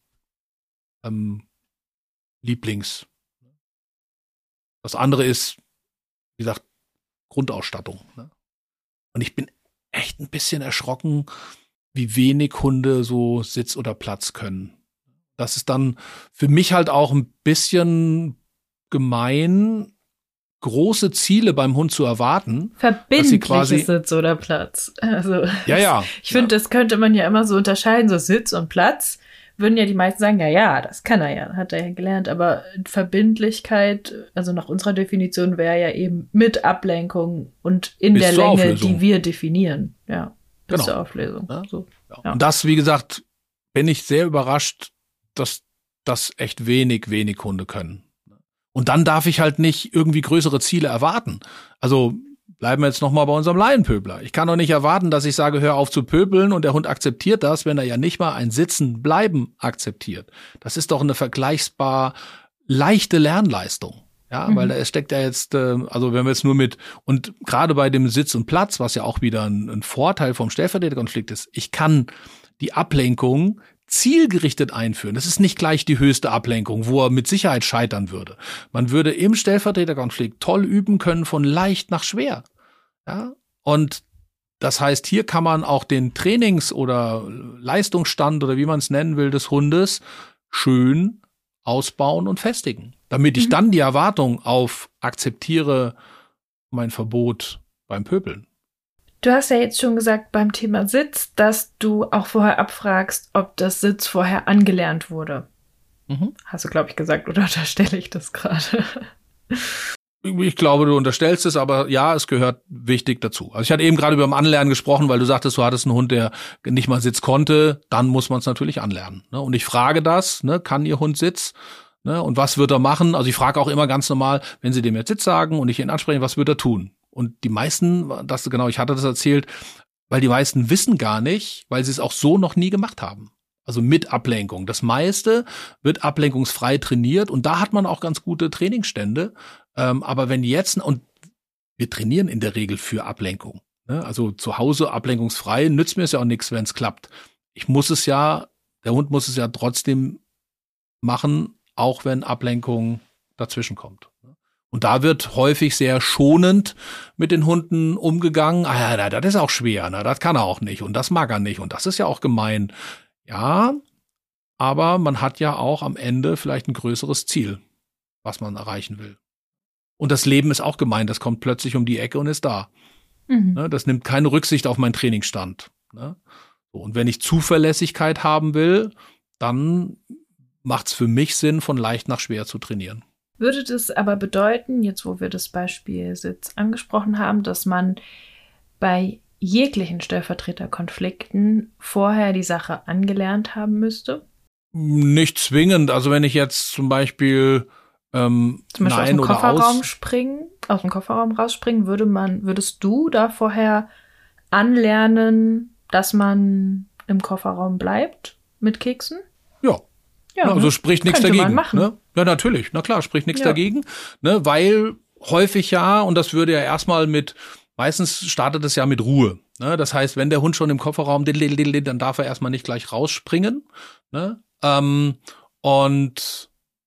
Speaker 1: Lieblings. Das andere ist, wie gesagt, Grundausstattung. Ne? Und ich bin echt ein bisschen erschrocken, wie wenig Hunde so Sitz oder Platz können. Das ist dann für mich halt auch ein bisschen gemein, große Ziele beim Hund zu erwarten.
Speaker 2: Verbindliches Sitz oder Platz. Also
Speaker 1: ja.
Speaker 2: Ich finde, das könnte man ja immer so unterscheiden, so Sitz und Platz. Würden ja die meisten sagen, ja, das kann er ja, hat er ja gelernt. Aber Verbindlichkeit, also nach unserer Definition, wäre ja eben mit Ablenkung und in der Länge, die wir definieren. Ja, bis zur Auflösung.
Speaker 1: Ja.
Speaker 2: So.
Speaker 1: Ja. Und das, wie gesagt, bin ich sehr überrascht, dass das echt wenig Hunde können. Und dann darf ich halt nicht irgendwie größere Ziele erwarten. Also bleiben wir jetzt noch mal bei unserem Laienpöbler. Ich kann doch nicht erwarten, dass ich sage, hör auf zu pöbeln und der Hund akzeptiert das, wenn er ja nicht mal ein Sitzen bleiben akzeptiert. Das ist doch eine vergleichbar leichte Lernleistung. Ja, weil da steckt ja jetzt, also wenn wir jetzt nur und gerade bei dem Sitz und Platz, was ja auch wieder ein Vorteil vom Stellvertreterkonflikt ist, ich kann die Ablenkung zielgerichtet einführen. Das ist nicht gleich die höchste Ablenkung, wo er mit Sicherheit scheitern würde. Man würde im Stellvertreterkonflikt toll üben können von leicht nach schwer. Ja? Und das heißt, hier kann man auch den Trainings- oder Leistungsstand oder wie man es nennen will des Hundes schön ausbauen und festigen, damit ich dann die Erwartung auf akzeptiere mein Verbot beim Pöbeln.
Speaker 2: Du hast ja jetzt schon gesagt beim Thema Sitz, dass du auch vorher abfragst, ob das Sitz vorher angelernt wurde. Hast du, glaube ich, gesagt, oder unterstelle ich das gerade?
Speaker 1: Ich glaube, du unterstellst es, aber ja, es gehört wichtig dazu. Also ich hatte eben gerade über dem Anlernen gesprochen, weil du sagtest, du hattest einen Hund, der nicht mal Sitz konnte. Dann muss man es natürlich anlernen. Ne? Und ich frage das, ne, kann Ihr Hund Sitz? Ne? Und was wird er machen? Also ich frage auch immer ganz normal, wenn Sie dem jetzt Sitz sagen und ich ihn anspreche, was wird er tun? Und die meisten, ich hatte das erzählt, weil die meisten wissen gar nicht, weil sie es auch so noch nie gemacht haben. Also mit Ablenkung. Das meiste wird ablenkungsfrei trainiert und da hat man auch ganz gute Trainingsstände. Aber wenn jetzt, und wir trainieren in der Regel für Ablenkung, ne? Also zu Hause ablenkungsfrei, nützt mir es ja auch nichts, wenn es klappt. Der Hund muss es ja trotzdem machen, auch wenn Ablenkung dazwischen kommt. Und da wird häufig sehr schonend mit den Hunden umgegangen. Ah ja, das ist auch schwer, ne? Das kann er auch nicht und das mag er nicht und das ist ja auch gemein. Ja, aber man hat ja auch am Ende vielleicht ein größeres Ziel, was man erreichen will. Und das Leben ist auch gemein, das kommt plötzlich um die Ecke und ist da. Mhm. Das nimmt keine Rücksicht auf meinen Trainingsstand. Und wenn ich Zuverlässigkeit haben will, dann macht es für mich Sinn, von leicht nach schwer zu trainieren.
Speaker 2: Würde das aber bedeuten, jetzt wo wir das Beispiel Sitz angesprochen haben, dass man bei jeglichen Stellvertreterkonflikten vorher die Sache angelernt haben müsste?
Speaker 1: Nicht zwingend. Also wenn ich jetzt zum Beispiel
Speaker 2: zum Beispiel aus dem Kofferraum rausspringen, würdest du da vorher anlernen, dass man im Kofferraum bleibt mit Keksen?
Speaker 1: Ja, also spricht nichts dagegen. Ne? Ja, natürlich. Na klar, spricht nichts dagegen. Ne? Weil häufig und das würde ja erstmal meistens startet es ja mit Ruhe. Ne? Das heißt, wenn der Hund schon im Kofferraum, dann darf er erstmal nicht gleich rausspringen. Ne? Und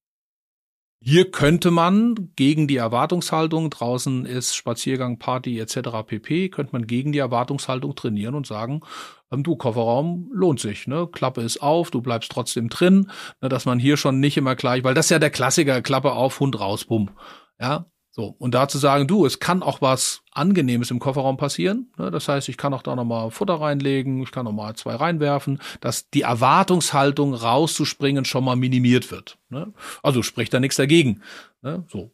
Speaker 1: hier könnte man gegen die Erwartungshaltung, draußen ist Spaziergang, Party etc. pp., könnte man gegen die Erwartungshaltung trainieren und sagen, du, Kofferraum lohnt sich, ne? Klappe ist auf, du bleibst trotzdem drin, ne? Dass man hier schon nicht immer gleich, weil das ist ja der Klassiker, Klappe auf, Hund raus, bumm. Ja, so. Und da zu sagen, du, es kann auch was Angenehmes im Kofferraum passieren, ne? Das heißt, ich kann auch da nochmal Futter reinlegen, ich kann nochmal 2 reinwerfen, dass die Erwartungshaltung rauszuspringen schon mal minimiert wird, ne? Also spricht da nichts dagegen, ne? So.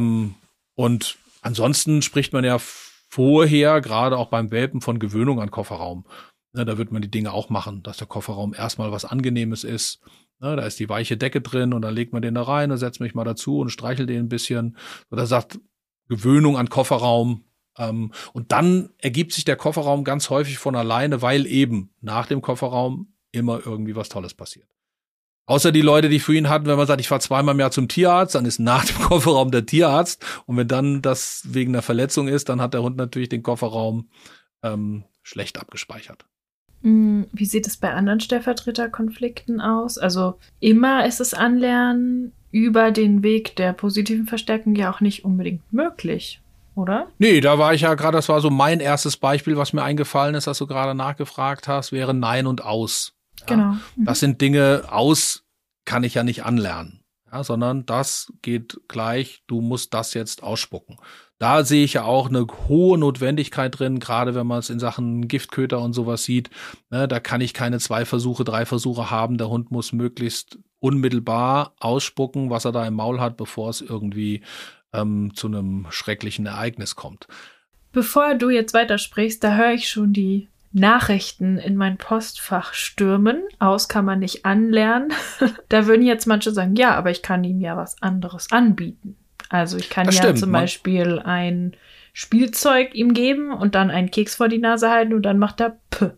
Speaker 1: Und ansonsten spricht man ja vorher, gerade auch beim Welpen, von Gewöhnung an Kofferraum. Ne, da wird man die Dinge auch machen, dass der Kofferraum erstmal was Angenehmes ist. Ne, da ist die weiche Decke drin und dann legt man den da rein und setzt mich mal dazu und streichelt den ein bisschen. Oder sagt Gewöhnung an Kofferraum. Und dann ergibt sich der Kofferraum ganz häufig von alleine, weil eben nach dem Kofferraum immer irgendwie was Tolles passiert. Außer die Leute, die für ihn hatten, wenn man sagt, ich fahre 2-mal im Jahr zum Tierarzt, dann ist nach dem Kofferraum der Tierarzt. Und wenn dann das wegen einer Verletzung ist, dann hat der Hund natürlich den Kofferraum schlecht abgespeichert.
Speaker 2: Wie sieht es bei anderen Stellvertreterkonflikten aus? Also immer ist es Anlernen über den Weg der positiven Verstärkung ja auch nicht unbedingt möglich, oder?
Speaker 1: Nee, da war ich ja gerade, das war so mein erstes Beispiel, was mir eingefallen ist, dass du gerade nachgefragt hast, wäre Nein und Aus. Ja,
Speaker 2: genau.
Speaker 1: Das sind Dinge, Aus kann ich ja nicht anlernen, ja, sondern das geht gleich, du musst das jetzt ausspucken. Da sehe ich ja auch eine hohe Notwendigkeit drin, gerade wenn man es in Sachen Giftköter und sowas sieht. Ne, da kann ich keine 2 Versuche, 3 Versuche haben. Der Hund muss möglichst unmittelbar ausspucken, was er da im Maul hat, bevor es irgendwie zu einem schrecklichen Ereignis kommt.
Speaker 2: Bevor du jetzt weitersprichst, da höre ich schon die Nachrichten in mein Postfach stürmen. Aus kann man nicht anlernen. Da würden jetzt manche sagen, ja, aber ich kann ihm ja was anderes anbieten. Also ich kann zum Beispiel ein Spielzeug ihm geben und dann einen Keks vor die Nase halten und dann macht er P.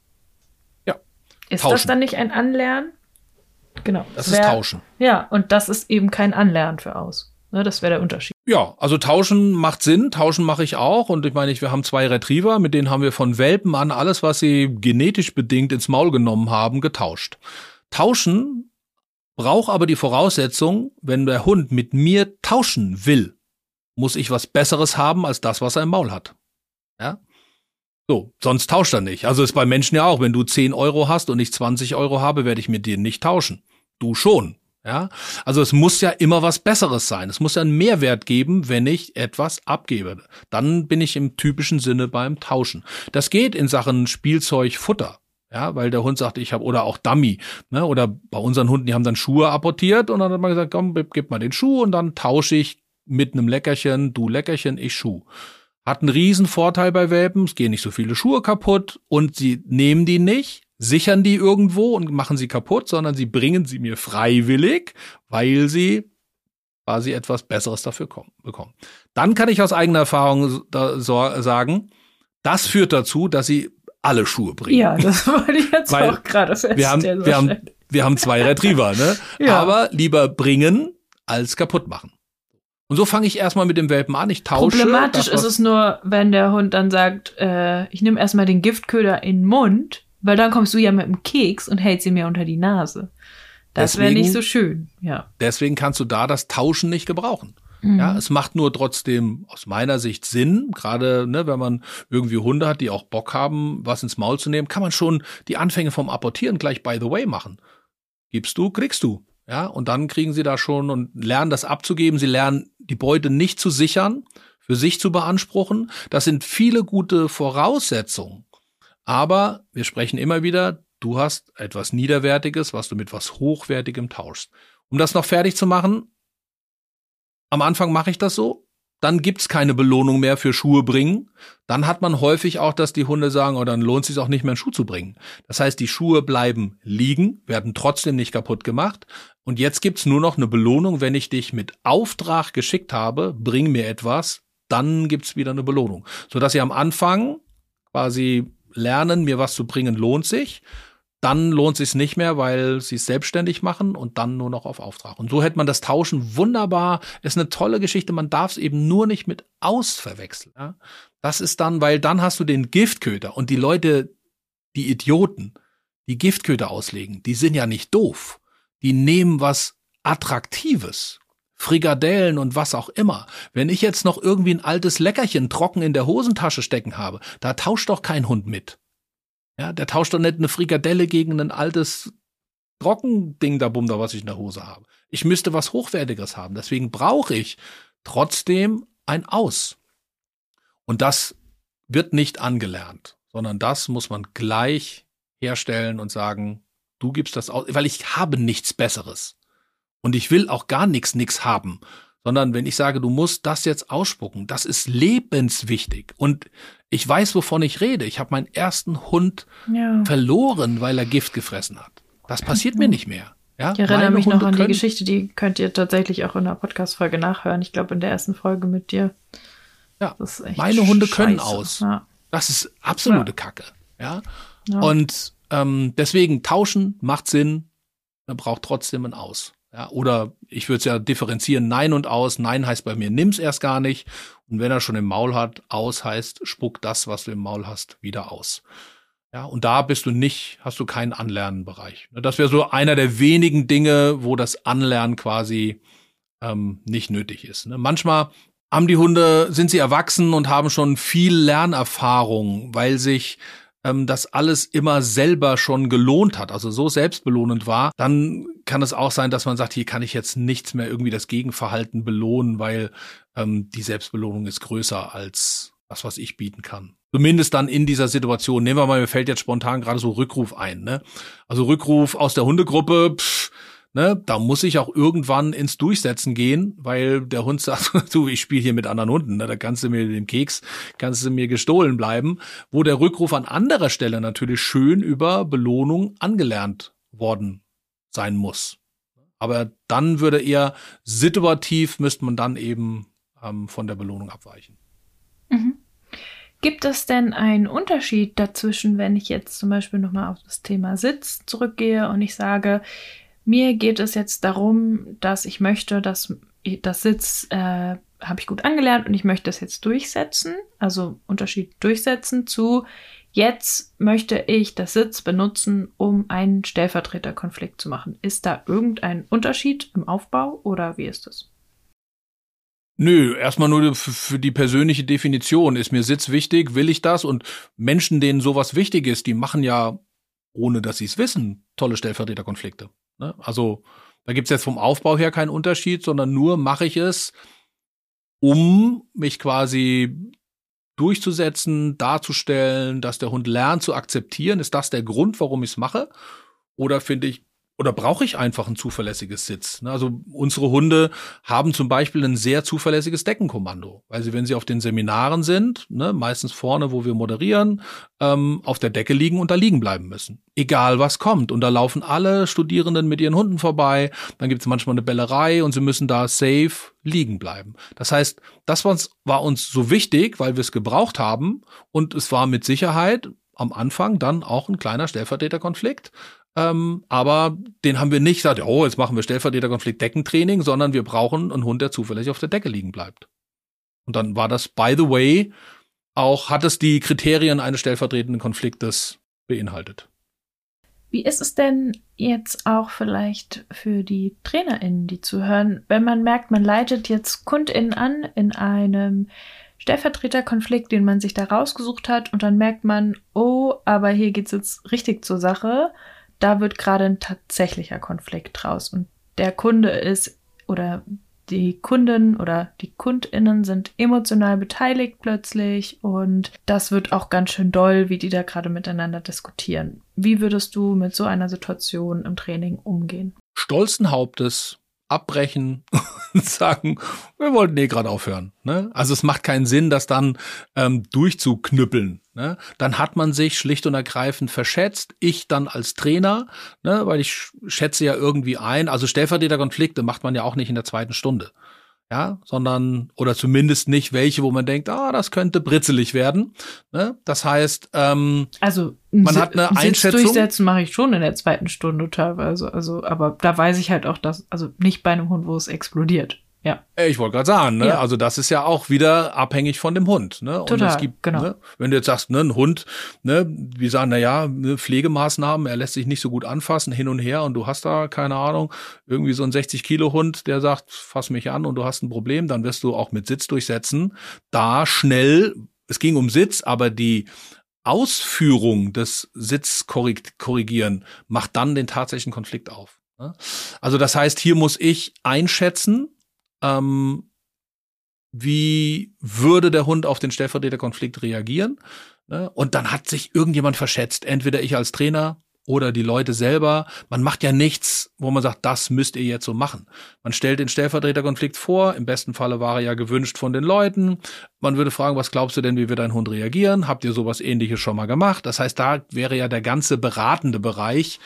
Speaker 1: Ja.
Speaker 2: Ist tauschen. Das dann nicht ein Anlernen? Genau.
Speaker 1: Das ist Tauschen.
Speaker 2: Ja, und das ist eben kein Anlernen für Aus. Ne, das wäre der Unterschied.
Speaker 1: Ja, also Tauschen macht Sinn. Tauschen mache ich auch. Und ich meine, wir haben 2 Retriever, mit denen haben wir von Welpen an alles, was sie genetisch bedingt ins Maul genommen haben, getauscht. Tauschen brauche aber die Voraussetzung, wenn der Hund mit mir tauschen will, muss ich was Besseres haben als das, was er im Maul hat. Ja? So, sonst tauscht er nicht. Also ist bei Menschen ja auch, wenn du 10 Euro hast und ich 20 Euro habe, werde ich mit dir nicht tauschen. Du schon. Ja? Also es muss ja immer was Besseres sein. Es muss ja einen Mehrwert geben, wenn ich etwas abgebe. Dann bin ich im typischen Sinne beim Tauschen. Das geht in Sachen Spielzeug, Futter. Ja, weil der Hund sagt, oder auch Dummy, ne, oder bei unseren Hunden, die haben dann Schuhe apportiert und dann hat man gesagt, komm, gib mal den Schuh und dann tausche ich mit einem Leckerchen, du Leckerchen, ich Schuh. Hat einen riesen Vorteil bei Welpen, es gehen nicht so viele Schuhe kaputt und sie nehmen die nicht, sichern die irgendwo und machen sie kaputt, sondern sie bringen sie mir freiwillig, weil sie quasi etwas Besseres dafür bekommen. Dann kann ich aus eigener Erfahrung sagen, das führt dazu, dass sie alle Schuhe bringen.
Speaker 2: Ja, das wollte ich jetzt auch gerade feststellen.
Speaker 1: Wir haben 2 Retriever, ne? Ja. Aber lieber bringen als kaputt machen. Und so fange ich erstmal mit dem Welpen an. Ich tausche.
Speaker 2: Problematisch ist es nur, wenn der Hund dann sagt, ich nehme erstmal den Giftköder in den Mund, weil dann kommst du ja mit dem Keks und hältst ihn mir unter die Nase. Das wäre nicht so schön, ja.
Speaker 1: Deswegen kannst du da das Tauschen nicht gebrauchen. Mhm. Ja, es macht nur trotzdem aus meiner Sicht Sinn, gerade ne, wenn man irgendwie Hunde hat, die auch Bock haben, was ins Maul zu nehmen, kann man schon die Anfänge vom Apportieren gleich by the way machen. Gibst du, kriegst du. Ja, und dann kriegen sie da schon und lernen das abzugeben. Sie lernen die Beute nicht zu sichern, für sich zu beanspruchen. Das sind viele gute Voraussetzungen. Aber wir sprechen immer wieder, du hast etwas Niederwertiges, was du mit was Hochwertigem tauschst. Um das noch fertig zu machen, am Anfang mache ich das so, dann gibt's keine Belohnung mehr für Schuhe bringen. Dann hat man häufig auch, dass die Hunde sagen, oh, dann lohnt es sich auch nicht mehr, einen Schuh zu bringen. Das heißt, die Schuhe bleiben liegen, werden trotzdem nicht kaputt gemacht. Und jetzt gibt's nur noch eine Belohnung, wenn ich dich mit Auftrag geschickt habe, bring mir etwas, dann gibt's wieder eine Belohnung. Sodass sie am Anfang quasi lernen, mir was zu bringen, lohnt sich. Dann lohnt es sich nicht mehr, weil sie es selbstständig machen und dann nur noch auf Auftrag. Und so hätte man das Tauschen wunderbar. Ist eine tolle Geschichte. Man darf es eben nur nicht mit Aus verwechseln. Ja? Das ist dann, weil dann hast du den Giftköder und die Leute, die Idioten, die Giftköder auslegen, die sind ja nicht doof. Die nehmen was Attraktives. Frikadellen und was auch immer. Wenn ich jetzt noch irgendwie ein altes Leckerchen trocken in der Hosentasche stecken habe, da tauscht doch kein Hund mit. Ja, der tauscht doch nicht eine Frikadelle gegen ein altes Trockending da Bum da, was ich in der Hose habe. Ich müsste was Hochwertiges haben. Deswegen brauche ich trotzdem ein Aus. Und das wird nicht angelernt, sondern das muss man gleich herstellen und sagen, du gibst das aus, weil ich habe nichts Besseres. Und ich will auch gar nichts haben. Sondern wenn ich sage, du musst das jetzt ausspucken, das ist lebenswichtig. Und ich weiß, wovon ich rede. Ich habe meinen ersten Hund verloren, weil er Gift gefressen hat. Das passiert mir nicht mehr. Ja?
Speaker 2: Ich erinnere mich noch an die Geschichte, die könnt ihr tatsächlich auch in der Podcast-Folge nachhören. Ich glaube, in der ersten Folge mit dir.
Speaker 1: Ja, das ist echt meine Hunde können aus. Ja. Das ist absolute Kacke. Ja? Ja. Und deswegen tauschen macht Sinn, man braucht trotzdem ein Aus. Ja, oder ich würde es ja differenzieren, Nein und Aus. Nein heißt bei mir, nimm's erst gar nicht. Und wenn er schon im Maul hat, Aus heißt, spuck das, was du im Maul hast, wieder aus. Ja, und da hast du keinen Anlernenbereich. Das wäre so einer der wenigen Dinge, wo das Anlernen quasi nicht nötig ist. Manchmal sind sie erwachsen und haben schon viel Lernerfahrung, weil sich das alles immer selber schon gelohnt hat, also so selbstbelohnend war, dann kann es auch sein, dass man sagt, hier kann ich jetzt nichts mehr irgendwie das Gegenverhalten belohnen, weil die Selbstbelohnung ist größer als das, was ich bieten kann. Zumindest dann in dieser Situation. Nehmen wir mal, mir fällt jetzt spontan gerade so Rückruf ein. Ne? Also Rückruf aus der Hundegruppe, da muss ich auch irgendwann ins Durchsetzen gehen, weil der Hund sagt, du, ich spiele hier mit anderen Hunden, ne? Da kannst du mir den Keks, kannst du mir gestohlen bleiben, wo der Rückruf an anderer Stelle natürlich schön über Belohnung angelernt worden sein muss. Aber dann würde eher situativ, müsste man dann eben von der Belohnung abweichen.
Speaker 2: Mhm. Gibt es denn einen Unterschied dazwischen, wenn ich jetzt zum Beispiel nochmal auf das Thema Sitz zurückgehe und ich sage, mir geht es jetzt darum, dass ich möchte, dass das Sitz habe ich gut angelernt und ich möchte das jetzt durchsetzen. Also Unterschied durchsetzen zu jetzt möchte ich das Sitz benutzen, um einen Stellvertreterkonflikt zu machen. Ist da irgendein Unterschied im Aufbau oder wie ist das?
Speaker 1: Nö, erstmal nur für die persönliche Definition. Ist mir Sitz wichtig? Will ich das? Und Menschen, denen sowas wichtig ist, die machen ja, ohne dass sie es wissen, tolle Stellvertreterkonflikte. Also da gibt's jetzt vom Aufbau her keinen Unterschied, sondern nur mache ich es, um mich quasi durchzusetzen, darzustellen, dass der Hund lernt zu akzeptieren. Ist das der Grund, warum ich es mache? Oder finde ich, oder brauche ich einfach ein zuverlässiges Sitz? Also unsere Hunde haben zum Beispiel ein sehr zuverlässiges Deckenkommando, weil sie, wenn sie auf den Seminaren sind, meistens vorne, wo wir moderieren, auf der Decke liegen und da liegen bleiben müssen. Egal was kommt. Und da laufen alle Studierenden mit ihren Hunden vorbei. Dann gibt es manchmal eine Bellerei und sie müssen da safe liegen bleiben. Das heißt, das war uns so wichtig, weil wir es gebraucht haben. Und es war mit Sicherheit am Anfang dann auch ein kleiner Stellvertreterkonflikt. Aber den haben wir nicht gesagt, oh, jetzt machen wir Stellvertreterkonflikt Deckentraining, sondern wir brauchen einen Hund, der zuverlässig auf der Decke liegen bleibt. Und dann war das, by the way, hat es die Kriterien eines stellvertretenden Konfliktes beinhaltet.
Speaker 2: Wie ist es denn jetzt auch vielleicht für die TrainerInnen, die zuhören, wenn man merkt, man leitet jetzt KundInnen an in einem Stellvertreterkonflikt, den man sich da rausgesucht hat, und dann merkt man, oh, aber hier geht's jetzt richtig zur Sache. Da wird gerade ein tatsächlicher Konflikt draus und der Kunde ist oder die Kunden oder die KundInnen sind emotional beteiligt plötzlich und das wird auch ganz schön doll, wie die da gerade miteinander diskutieren. Wie würdest du mit so einer Situation im Training umgehen?
Speaker 1: Stolzen Hauptes abbrechen und sagen, wir wollten gerade aufhören. Also es macht keinen Sinn, das dann durchzuknüppeln. Dann hat man sich schlicht und ergreifend verschätzt. Ich dann als Trainer, weil ich schätze ja irgendwie ein. Also Stellvertreterkonflikte macht man ja auch nicht in der zweiten Stunde. Ja, sondern, oder zumindest nicht welche, wo man denkt, das könnte britzelig werden. Das heißt,
Speaker 2: also
Speaker 1: man hat eine Einschätzung.
Speaker 2: Durchsetzen mache ich schon in der zweiten Stunde teilweise. Aber da weiß ich halt auch, dass, also nicht bei einem Hund, wo es explodiert. Ja.
Speaker 1: Ich wollte gerade sagen,
Speaker 2: Ja.
Speaker 1: Also das ist ja auch wieder abhängig von dem Hund. Und
Speaker 2: Total,
Speaker 1: es gibt,
Speaker 2: genau.
Speaker 1: Wenn du jetzt sagst, ein Hund, wir sagen, Pflegemaßnahmen, er lässt sich nicht so gut anfassen, hin und her, und du hast da, keine Ahnung, irgendwie so ein 60-Kilo-Hund, der sagt, fass mich an und du hast ein Problem, dann wirst du auch mit Sitz durchsetzen. Da schnell, es ging um Sitz, aber die Ausführung des Sitz korrigieren macht dann den tatsächlichen Konflikt auf. Also das heißt, hier muss ich einschätzen, wie würde der Hund auf den Stellvertreterkonflikt reagieren? Und dann hat sich irgendjemand verschätzt, entweder ich als Trainer oder die Leute selber. Man macht ja nichts, wo man sagt, das müsst ihr jetzt so machen. Man stellt den Stellvertreterkonflikt vor, im besten Falle war er ja gewünscht von den Leuten. Man würde fragen, was glaubst du denn, wie wird dein Hund reagieren? Habt ihr sowas Ähnliches schon mal gemacht? Das heißt, da wäre ja der ganze beratende Bereich,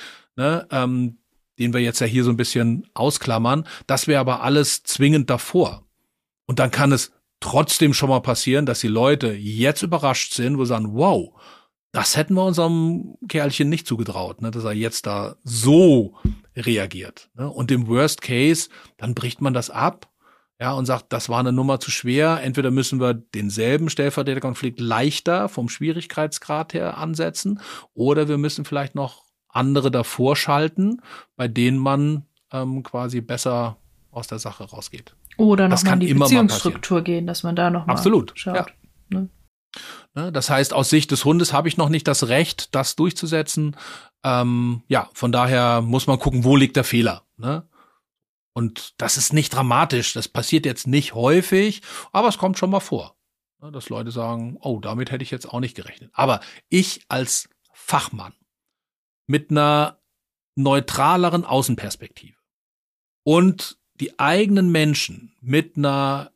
Speaker 1: den wir jetzt ja hier so ein bisschen ausklammern. Das wäre aber alles zwingend davor. Und dann kann es trotzdem schon mal passieren, dass die Leute jetzt überrascht sind, wo sie sagen, wow, das hätten wir unserem Kerlchen nicht zugetraut, dass er jetzt da so reagiert. Und im Worst Case, dann bricht man das ab, und sagt, das war eine Nummer zu schwer. Entweder müssen wir denselben Stellvertreterkonflikt leichter vom Schwierigkeitsgrad her ansetzen, oder wir müssen vielleicht noch andere davor schalten, bei denen man quasi besser aus der Sache rausgeht.
Speaker 2: Oder nochmal in die Beziehungsstruktur gehen, dass man da nochmal
Speaker 1: absolut
Speaker 2: schaut. Ja.
Speaker 1: Das heißt, aus Sicht des Hundes habe ich noch nicht das Recht, das durchzusetzen. Von daher muss man gucken, wo liegt der Fehler. Und das ist nicht dramatisch. Das passiert jetzt nicht häufig, aber es kommt schon mal vor, dass Leute sagen, oh, damit hätte ich jetzt auch nicht gerechnet. Aber ich als Fachmann mit einer neutraleren Außenperspektive und die eigenen Menschen mit einer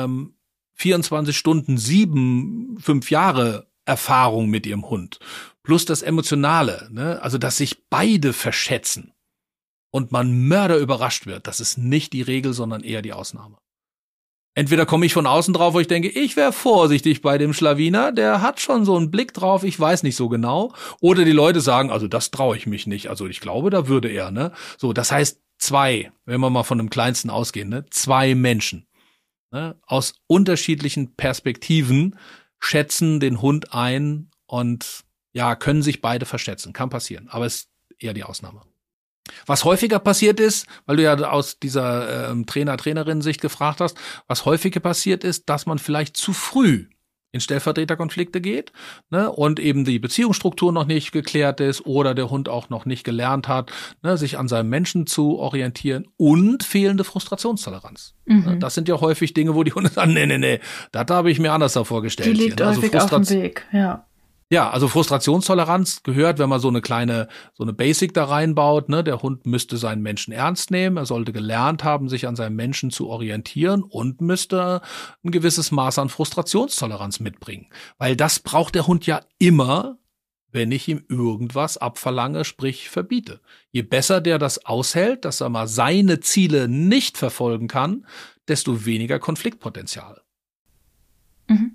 Speaker 1: 24 Stunden, 5 Jahre Erfahrung mit ihrem Hund, plus das Emotionale, also dass sich beide verschätzen und man Mörder überrascht wird, das ist nicht die Regel, sondern eher die Ausnahme. Entweder komme ich von außen drauf, wo ich denke, ich wäre vorsichtig bei dem Schlawiner, der hat schon so einen Blick drauf, ich weiß nicht so genau. Oder die Leute sagen, also das traue ich mich nicht, also ich glaube, da würde er, So, das heißt 2, wenn wir mal von dem Kleinsten ausgehen, 2 Menschen, aus unterschiedlichen Perspektiven schätzen den Hund ein und können sich beide verschätzen. Kann passieren, aber ist eher die Ausnahme. Was häufiger passiert ist, weil du ja aus dieser Trainer-Trainerin-Sicht gefragt hast, was häufiger passiert ist, dass man vielleicht zu früh in Stellvertreterkonflikte geht, und eben die Beziehungsstruktur noch nicht geklärt ist oder der Hund auch noch nicht gelernt hat, sich an seinem Menschen zu orientieren und fehlende Frustrationstoleranz.
Speaker 2: Mhm.
Speaker 1: Das sind ja häufig Dinge, wo die Hunde sagen, nee, das habe ich mir anders vorgestellt.
Speaker 2: Die liegt häufig auf dem Weg, ja.
Speaker 1: Ja, also Frustrationstoleranz gehört, wenn man so eine Basic da reinbaut, ne, der Hund müsste seinen Menschen ernst nehmen, er sollte gelernt haben, sich an seinem Menschen zu orientieren und müsste ein gewisses Maß an Frustrationstoleranz mitbringen. Weil das braucht der Hund ja immer, wenn ich ihm irgendwas abverlange, sprich verbiete. Je besser der das aushält, dass er mal seine Ziele nicht verfolgen kann, desto weniger Konfliktpotenzial.
Speaker 2: Mhm.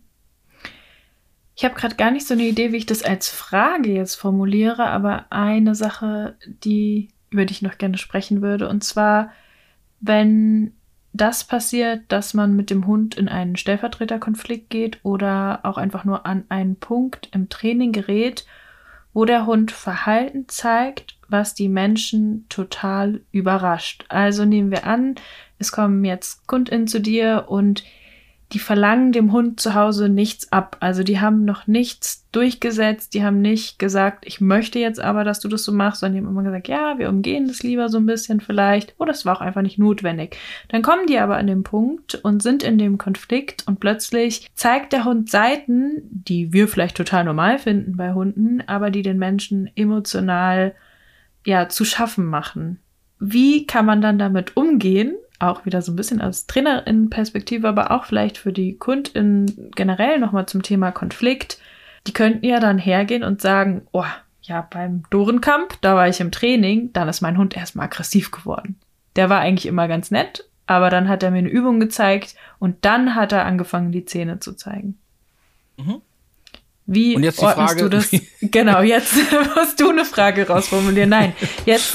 Speaker 2: Ich habe gerade gar nicht so eine Idee, wie ich das als Frage jetzt formuliere, aber eine Sache, über die ich noch gerne sprechen würde, und zwar, wenn das passiert, dass man mit dem Hund in einen Stellvertreterkonflikt geht oder auch einfach nur an einen Punkt im Training gerät, wo der Hund Verhalten zeigt, was die Menschen total überrascht. Also nehmen wir an, es kommen jetzt KundInnen zu dir und die verlangen dem Hund zu Hause nichts ab. Also die haben noch nichts durchgesetzt, die haben nicht gesagt, ich möchte jetzt aber, dass du das so machst, sondern die haben immer gesagt, ja, wir umgehen das lieber so ein bisschen vielleicht. Oder es war auch einfach nicht notwendig. Dann kommen die aber an den Punkt und sind in dem Konflikt und plötzlich zeigt der Hund Seiten, die wir vielleicht total normal finden bei Hunden, aber die den Menschen emotional zu schaffen machen. Wie kann man dann damit umgehen? Auch wieder so ein bisschen als Trainerin-Perspektive, aber auch vielleicht für die KundInnen generell nochmal zum Thema Konflikt. Die könnten ja dann hergehen und sagen, oh, ja, beim Dorenkamp, da war ich im Training, dann ist mein Hund erstmal aggressiv geworden. Der war eigentlich immer ganz nett, aber dann hat er mir eine Übung gezeigt und dann hat er angefangen, die Zähne zu zeigen.
Speaker 1: Mhm.
Speaker 2: Wie
Speaker 1: und jetzt die
Speaker 2: ordnest
Speaker 1: Frage,
Speaker 2: du das? Genau, jetzt musst du eine Frage rausformulieren. Nein, jetzt,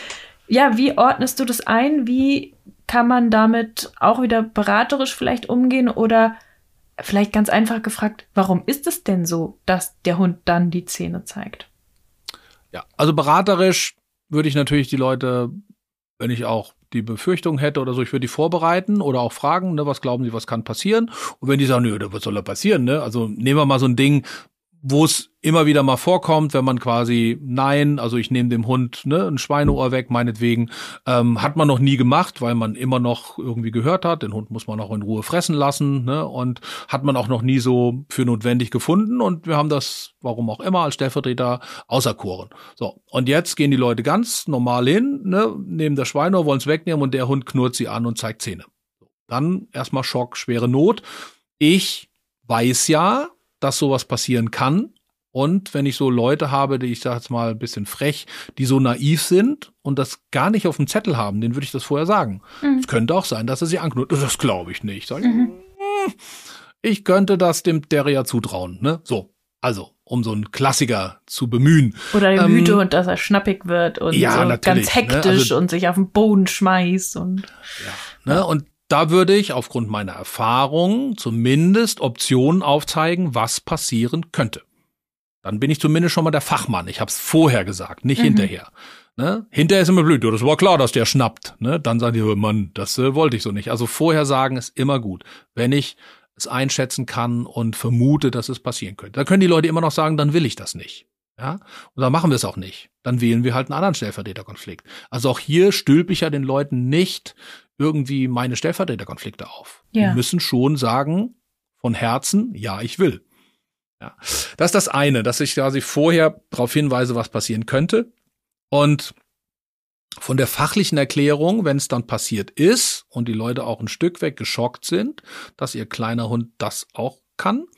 Speaker 2: wie ordnest du das ein? Wie kann man damit auch wieder beraterisch vielleicht umgehen oder vielleicht ganz einfach gefragt, warum ist es denn so, dass der Hund dann die Zähne zeigt?
Speaker 1: Ja, also beraterisch würde ich natürlich die Leute, wenn ich auch die Befürchtung hätte oder so, ich würde die vorbereiten oder auch fragen, ne, was glauben Sie, was kann passieren? Und wenn die sagen, nö, was soll da passieren, ne? Also nehmen wir mal so ein Ding, wo es immer wieder mal vorkommt, wenn man quasi, also ich nehme dem Hund ein Schweineohr weg, meinetwegen, hat man noch nie gemacht, weil man immer noch irgendwie gehört hat, den Hund muss man auch in Ruhe fressen lassen, ne, und hat man auch noch nie so für notwendig gefunden und wir haben das, warum auch immer, als Stellvertreter auserkoren. So, und jetzt gehen die Leute ganz normal hin, ne, nehmen das Schweineohr, wollen es wegnehmen und der Hund knurrt sie an und zeigt Zähne. Dann erstmal Schock, schwere Not. Ich weiß ja, dass sowas passieren kann. Und wenn ich so Leute habe, die, ich sage jetzt mal ein bisschen frech, die so naiv sind und das gar nicht auf dem Zettel haben, denen würde ich das vorher sagen. Es könnte auch sein, dass er sie anknurrt. Das glaube ich nicht. Sag ich, ich könnte das dem Terrier zutrauen. Ne? So, also um so einen Klassiker zu bemühen.
Speaker 2: Oder dem Hütehund, dass er schnappig wird und so ganz hektisch, ne? Also, und sich auf den Boden schmeißt. Und
Speaker 1: und da würde ich aufgrund meiner Erfahrung zumindest Optionen aufzeigen, was passieren könnte. Dann bin ich zumindest schon mal der Fachmann. Ich habe es vorher gesagt, nicht hinterher. Ne? Hinterher ist immer blöd. Das war klar, dass der schnappt. Ne? Dann sagen die, Mann, das wollte ich so nicht. Also vorher sagen ist immer gut, wenn ich es einschätzen kann und vermute, dass es passieren könnte. Da können die Leute immer noch sagen, dann will ich das nicht. Ja? Und dann machen wir es auch nicht. Dann wählen wir halt einen anderen Stellvertreterkonflikt. Also auch hier stülpe ich ja den Leuten nicht irgendwie meine Stellvertreterkonflikte auf.
Speaker 2: Ja.
Speaker 1: Die müssen schon sagen, von Herzen, ja, ich will. Ja. Das ist das eine, dass ich quasi vorher darauf hinweise, was passieren könnte. Und von der fachlichen Erklärung, wenn es dann passiert ist und die Leute auch ein Stück weg geschockt sind, dass ihr kleiner Hund das auch kann,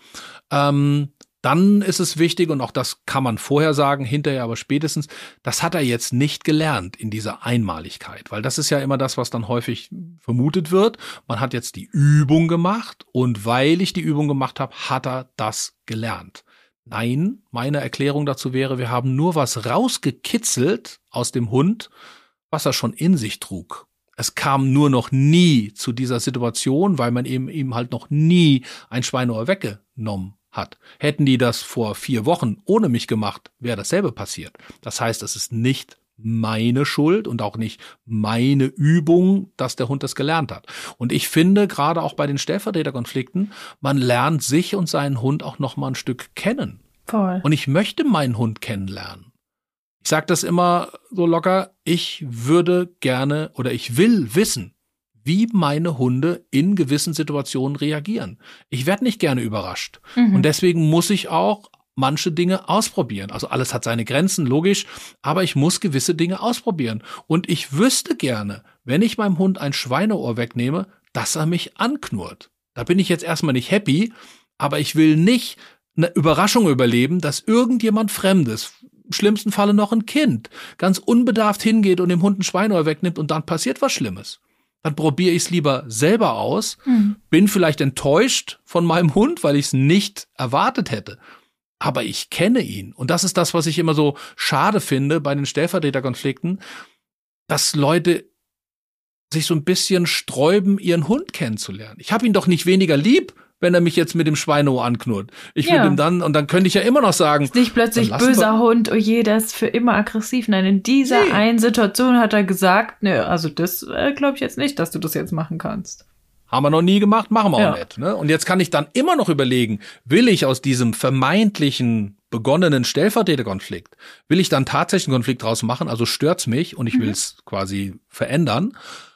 Speaker 1: dann ist es wichtig, und auch das kann man vorher sagen, hinterher aber spätestens, das hat er jetzt nicht gelernt in dieser Einmaligkeit, weil das ist ja immer das, was dann häufig vermutet wird. Man hat jetzt die Übung gemacht und weil ich die Übung gemacht habe, hat er das gelernt. Nein, meine Erklärung dazu wäre, wir haben nur was rausgekitzelt aus dem Hund, was er schon in sich trug. Es kam nur noch nie zu dieser Situation, weil man ihm halt noch nie ein Schweineohr weggenommen hat. Hätten die das vor 4 Wochen ohne mich gemacht, wäre dasselbe passiert. Das heißt, es ist nicht meine Schuld und auch nicht meine Übung, dass der Hund das gelernt hat. Und ich finde, gerade auch bei den Stellvertreterkonflikten, man lernt sich und seinen Hund auch noch mal ein Stück kennen.
Speaker 2: Voll.
Speaker 1: Und ich möchte meinen Hund kennenlernen. Ich sage das immer so locker, ich würde gerne oder ich will wissen, wie meine Hunde in gewissen Situationen reagieren. Ich werde nicht gerne überrascht. Und deswegen muss ich auch manche Dinge ausprobieren. Also alles hat seine Grenzen, logisch, aber ich muss gewisse Dinge ausprobieren. Und ich wüsste gerne, wenn ich meinem Hund ein Schweineohr wegnehme, dass er mich anknurrt. Da bin ich jetzt erstmal nicht happy, aber ich will nicht eine Überraschung überleben, dass irgendjemand Fremdes, im schlimmsten Falle noch ein Kind, ganz unbedarft hingeht und dem Hund ein Schweineohr wegnimmt und dann passiert was Schlimmes. Dann probiere ich es lieber selber aus, bin vielleicht enttäuscht von meinem Hund, weil ich es nicht erwartet hätte. Aber ich kenne ihn. Und das ist das, was ich immer so schade finde bei den Stellvertreterkonflikten, dass Leute sich so ein bisschen sträuben, ihren Hund kennenzulernen. Ich habe ihn doch nicht weniger lieb, wenn er mich jetzt mit dem Schweineohr anknurrt. Ich würde ihm dann, und dann könnte ich ja immer noch sagen.
Speaker 2: Ist nicht plötzlich böser Hund, oh je, der ist für immer aggressiv. Nein, in dieser einen Situation hat er gesagt, ne, also das glaube ich jetzt nicht, dass du das jetzt machen kannst.
Speaker 1: Haben wir noch nie gemacht, machen wir auch nicht. Ne? Und jetzt kann ich dann immer noch überlegen, will ich aus diesem vermeintlichen begonnenen Stellvertreterkonflikt, will ich dann tatsächlich einen Konflikt draus machen, also stört's mich und ich will es quasi verändern?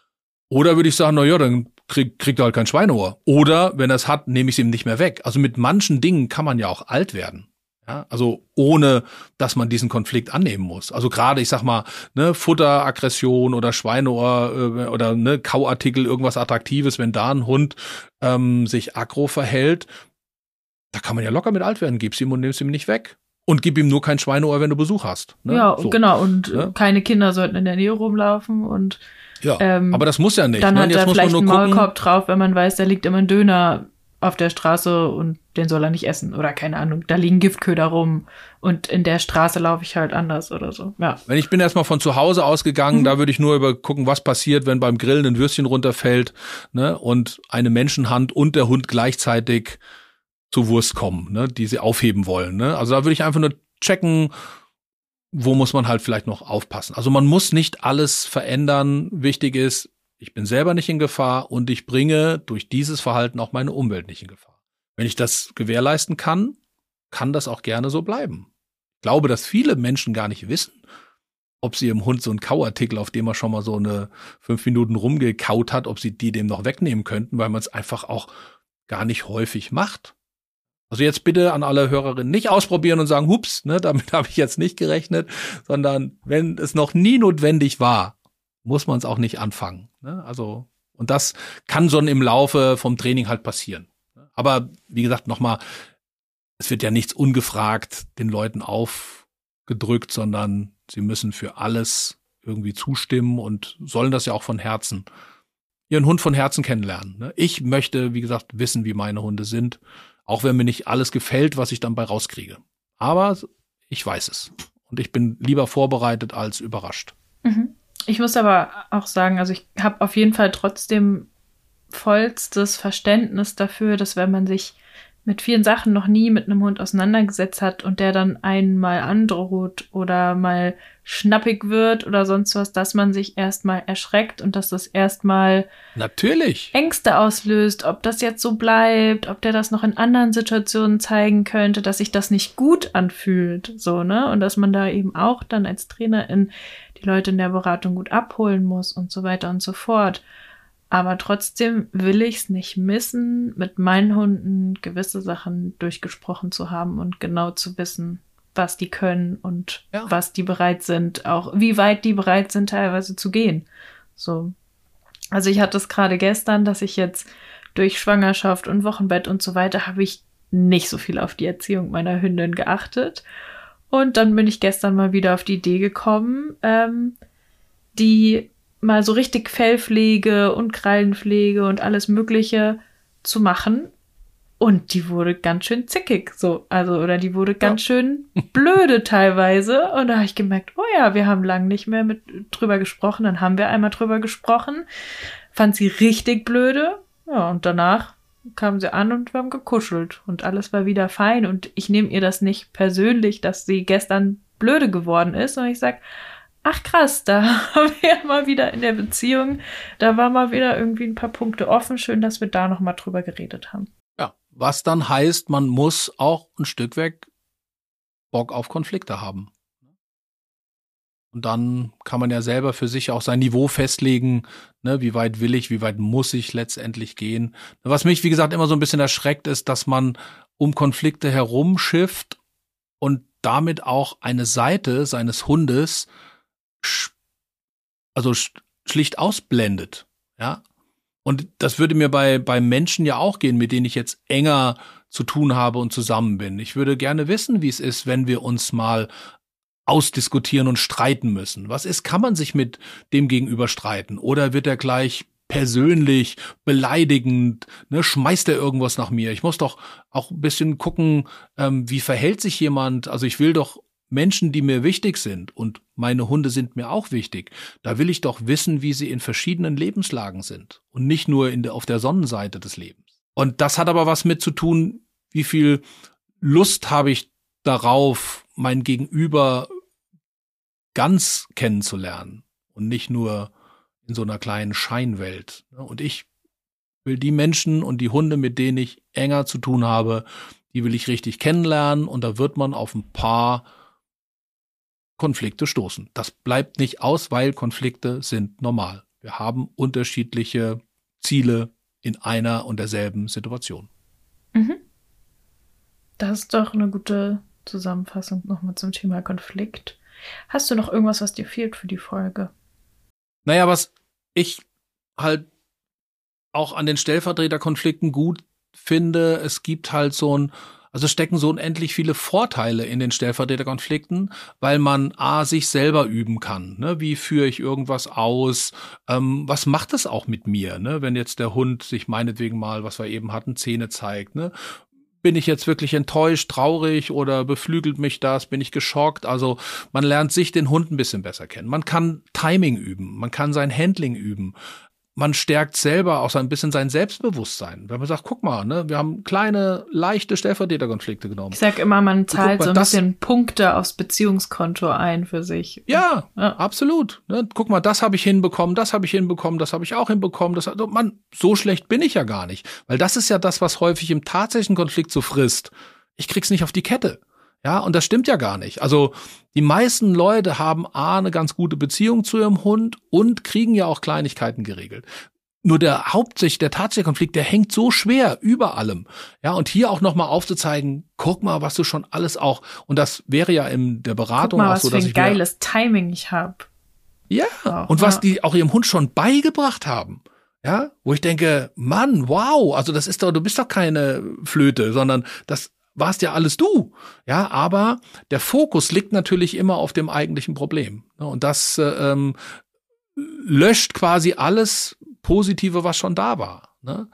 Speaker 1: Oder würde ich sagen, na ja, dann kriegt er halt kein Schweineohr. Oder wenn er es hat, nehme ich es ihm nicht mehr weg. Also mit manchen Dingen kann man ja auch alt werden. Ja, also ohne, dass man diesen Konflikt annehmen muss. Also gerade, ich sag mal, ne, Futteraggression oder Schweineohr oder ne, Kauartikel, irgendwas Attraktives, wenn da ein Hund sich aggro verhält, da kann man ja locker mit alt werden. Gib's ihm und nimm's ihm nicht weg. Und gib ihm nur kein Schweineohr, wenn du Besuch hast. Ne?
Speaker 2: Ja, so. Genau. Und keine Kinder sollten in der Nähe rumlaufen und
Speaker 1: ja, aber das muss ja nicht.
Speaker 2: Dann
Speaker 1: ne?
Speaker 2: hat er vielleicht einen Maulkorb drauf, wenn man weiß, da liegt immer ein Döner auf der Straße und den soll er nicht essen. Oder keine Ahnung, da liegen Giftköder rum und in der Straße laufe ich halt anders oder so. Ja.
Speaker 1: Wenn ich bin erstmal von zu Hause ausgegangen, da würde ich nur über gucken, was passiert, wenn beim Grillen ein Würstchen runterfällt, ne, und eine Menschenhand und der Hund gleichzeitig zu Wurst kommen, ne, die sie aufheben wollen. Ne? Also da würde ich einfach nur checken, wo muss man halt vielleicht noch aufpassen. Also man muss nicht alles verändern. Wichtig ist, ich bin selber nicht in Gefahr und ich bringe durch dieses Verhalten auch meine Umwelt nicht in Gefahr. Wenn ich das gewährleisten kann, kann das auch gerne so bleiben. Ich glaube, dass viele Menschen gar nicht wissen, ob sie ihrem Hund so einen Kauartikel, auf dem er schon mal so eine 5 Minuten rumgekaut hat, ob sie die dem noch wegnehmen könnten, weil man es einfach auch gar nicht häufig macht. Also jetzt bitte an alle Hörerinnen nicht ausprobieren und sagen, hups, ne, damit habe ich jetzt nicht gerechnet, sondern wenn es noch nie notwendig war, muss man es auch nicht anfangen. Ne? Also, und das kann schon im Laufe vom Training halt passieren. Aber wie gesagt, nochmal, es wird ja nichts ungefragt den Leuten aufgedrückt, sondern sie müssen für alles irgendwie zustimmen und sollen das ja auch von Herzen, ihren Hund von Herzen kennenlernen. Ne? Ich möchte, wie gesagt, wissen, wie meine Hunde sind. Auch wenn mir nicht alles gefällt, was ich dann bei rauskriege. Aber ich weiß es. Und ich bin lieber vorbereitet als überrascht.
Speaker 2: Ich muss aber auch sagen, also ich habe auf jeden Fall trotzdem vollstes Verständnis dafür, dass wenn man sich mit vielen Sachen noch nie mit einem Hund auseinandergesetzt hat und der dann einmal androht oder mal schnappig wird oder sonst was, dass man sich erstmal erschreckt und dass das erstmal
Speaker 1: natürlich
Speaker 2: Ängste auslöst, ob das jetzt so bleibt, ob der das noch in anderen Situationen zeigen könnte, dass sich das nicht gut anfühlt, so, ne? Und dass man da eben auch dann als Trainerin die Leute in der Beratung gut abholen muss und so weiter und so fort. Aber trotzdem will ich es nicht missen, mit meinen Hunden gewisse Sachen durchgesprochen zu haben und genau zu wissen, was die können und was die bereit sind, auch wie weit die bereit sind, teilweise zu gehen. So. Also ich hatte es gerade gestern, dass ich jetzt durch Schwangerschaft und Wochenbett und so weiter habe ich nicht so viel auf die Erziehung meiner Hündin geachtet. Und dann bin ich gestern mal wieder auf die Idee gekommen, die mal so richtig Fellpflege und Krallenpflege und alles Mögliche zu machen. Und die wurde ganz schön zickig, so. Also, oder die wurde ganz schön blöde teilweise. Und da habe ich gemerkt, oh ja, wir haben lange nicht mehr drüber gesprochen. Dann haben wir einmal drüber gesprochen. Fand sie richtig blöde. Ja, und danach kam sie an und wir haben gekuschelt. Und alles war wieder fein. Und ich nehme ihr das nicht persönlich, dass sie gestern blöde geworden ist. Und ich sag, ach krass, da haben wir mal wieder in der Beziehung, da war mal wieder irgendwie ein paar Punkte offen. Schön, dass wir da nochmal drüber geredet haben.
Speaker 1: Ja, was dann heißt, man muss auch ein Stück weg Bock auf Konflikte haben. Und dann kann man ja selber für sich auch sein Niveau festlegen, ne, wie weit will ich, wie weit muss ich letztendlich gehen. Was mich, wie gesagt, immer so ein bisschen erschreckt, ist, dass man um Konflikte herumschifft und damit auch eine Seite seines Hundes schlicht ausblendet, ja. Und das würde mir bei Menschen ja auch gehen, mit denen ich jetzt enger zu tun habe und zusammen bin. Ich würde gerne wissen, wie es ist, wenn wir uns mal ausdiskutieren und streiten müssen. Was ist, kann man sich mit dem Gegenüber streiten? Oder wird er gleich persönlich, beleidigend, ne, schmeißt er irgendwas nach mir? Ich muss doch auch ein bisschen gucken, wie verhält sich jemand? Also ich will doch Menschen, die mir wichtig sind, und meine Hunde sind mir auch wichtig, da will ich doch wissen, wie sie in verschiedenen Lebenslagen sind und nicht nur auf der Sonnenseite des Lebens. Und das hat aber was mit zu tun, wie viel Lust habe ich darauf, mein Gegenüber ganz kennenzulernen und nicht nur in so einer kleinen Scheinwelt. Und ich will die Menschen und die Hunde, mit denen ich enger zu tun habe, die will ich richtig kennenlernen, und da wird man auf ein paar Konflikte stoßen. Das bleibt nicht aus, weil Konflikte sind normal. Wir haben unterschiedliche Ziele in einer und derselben Situation.
Speaker 2: Mhm. Das ist doch eine gute Zusammenfassung nochmal zum Thema Konflikt. Hast du noch irgendwas, was dir fehlt für die Folge?
Speaker 1: Naja, was ich halt auch an den Stellvertreterkonflikten gut finde, es gibt halt also stecken so unendlich viele Vorteile in den Stellvertreterkonflikten, weil man sich selber üben kann. Ne? Wie führe ich irgendwas aus? Was macht es auch mit mir, ne? Wenn jetzt der Hund sich meinetwegen mal, was wir eben hatten, Zähne zeigt, ne? Bin ich jetzt wirklich enttäuscht, traurig oder beflügelt mich das? Bin ich geschockt? Also man lernt sich den Hund ein bisschen besser kennen. Man kann Timing üben, man kann sein Handling üben. Man stärkt selber auch so ein bisschen sein Selbstbewusstsein. Wenn man sagt, guck mal, ne, wir haben kleine, leichte Stellvertreterkonflikte genommen.
Speaker 2: Ich sag immer, man zahlt so ein bisschen Punkte aufs Beziehungskonto ein für sich.
Speaker 1: Ja, absolut. Ne, guck mal, das habe ich hinbekommen, das habe ich hinbekommen, das habe ich auch hinbekommen. So schlecht bin ich ja gar nicht. Weil das ist ja das, was häufig im tatsächlichen Konflikt so frisst. Ich krieg's nicht auf die Kette. Ja, und das stimmt ja gar nicht. Also die meisten Leute haben eine ganz gute Beziehung zu ihrem Hund und kriegen ja auch Kleinigkeiten geregelt. Nur der tatsächliche Konflikt, der hängt so schwer über allem. Ja, und hier auch nochmal aufzuzeigen, guck mal, was du schon alles auch, und das wäre ja in der Beratung
Speaker 2: guck mal,
Speaker 1: auch so,
Speaker 2: dass ich geiles Timing ich habe.
Speaker 1: Ja, auch, und was die auch ihrem Hund schon beigebracht haben. Ja, wo ich denke, Mann, wow, also du bist doch keine Flöte, sondern das warst ja alles du. Ja, aber der Fokus liegt natürlich immer auf dem eigentlichen Problem. Und das löscht quasi alles Positive, was schon da war. Ne?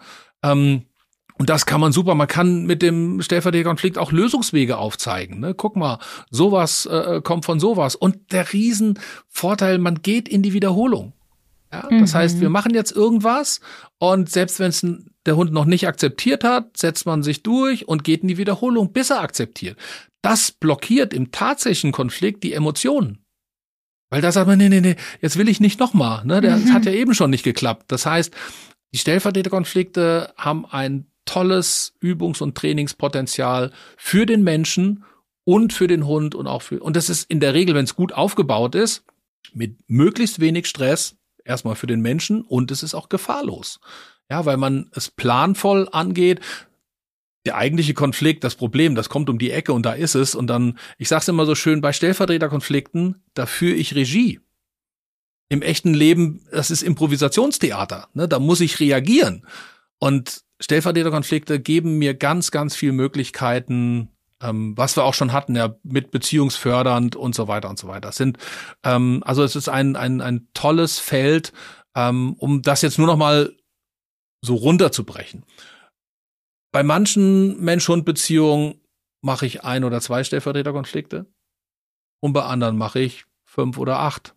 Speaker 1: Und das kann man super. Man kann mit dem Stellvertreterkonflikt auch Lösungswege aufzeigen. Ne? Guck mal, sowas kommt von sowas. Und der Riesenvorteil, man geht in die Wiederholung. Ja, das heißt, wir machen jetzt irgendwas, und selbst wenn es der Hund noch nicht akzeptiert hat, setzt man sich durch und geht in die Wiederholung, bis er akzeptiert. Das blockiert im tatsächlichen Konflikt die Emotionen. Weil da sagt man, nee, jetzt will ich nicht nochmal. Ne? Das hat ja eben schon nicht geklappt. Das heißt, die Stellvertreterkonflikte haben ein tolles Übungs- und Trainingspotenzial für den Menschen und für den Hund und das ist in der Regel, wenn es gut aufgebaut ist, mit möglichst wenig Stress, erstmal für den Menschen, und es ist auch gefahrlos. Ja, weil man es planvoll angeht. Der eigentliche Konflikt, das Problem, das kommt um die Ecke und da ist es. Und dann, ich sag's immer so schön, bei Stellvertreterkonflikten, da führe ich Regie. Im echten Leben, das ist Improvisationstheater. Ne? Da muss ich reagieren. Und Stellvertreterkonflikte geben mir ganz, ganz viel Möglichkeiten, was wir auch schon hatten, ja, mit beziehungsfördernd und so weiter und so weiter. Also es ist ein tolles Feld, um das jetzt nur noch mal so runterzubrechen. Bei manchen Mensch-Hund-Beziehungen mache ich 1 oder 2 Stellvertreterkonflikte und bei anderen mache ich 5 oder 8.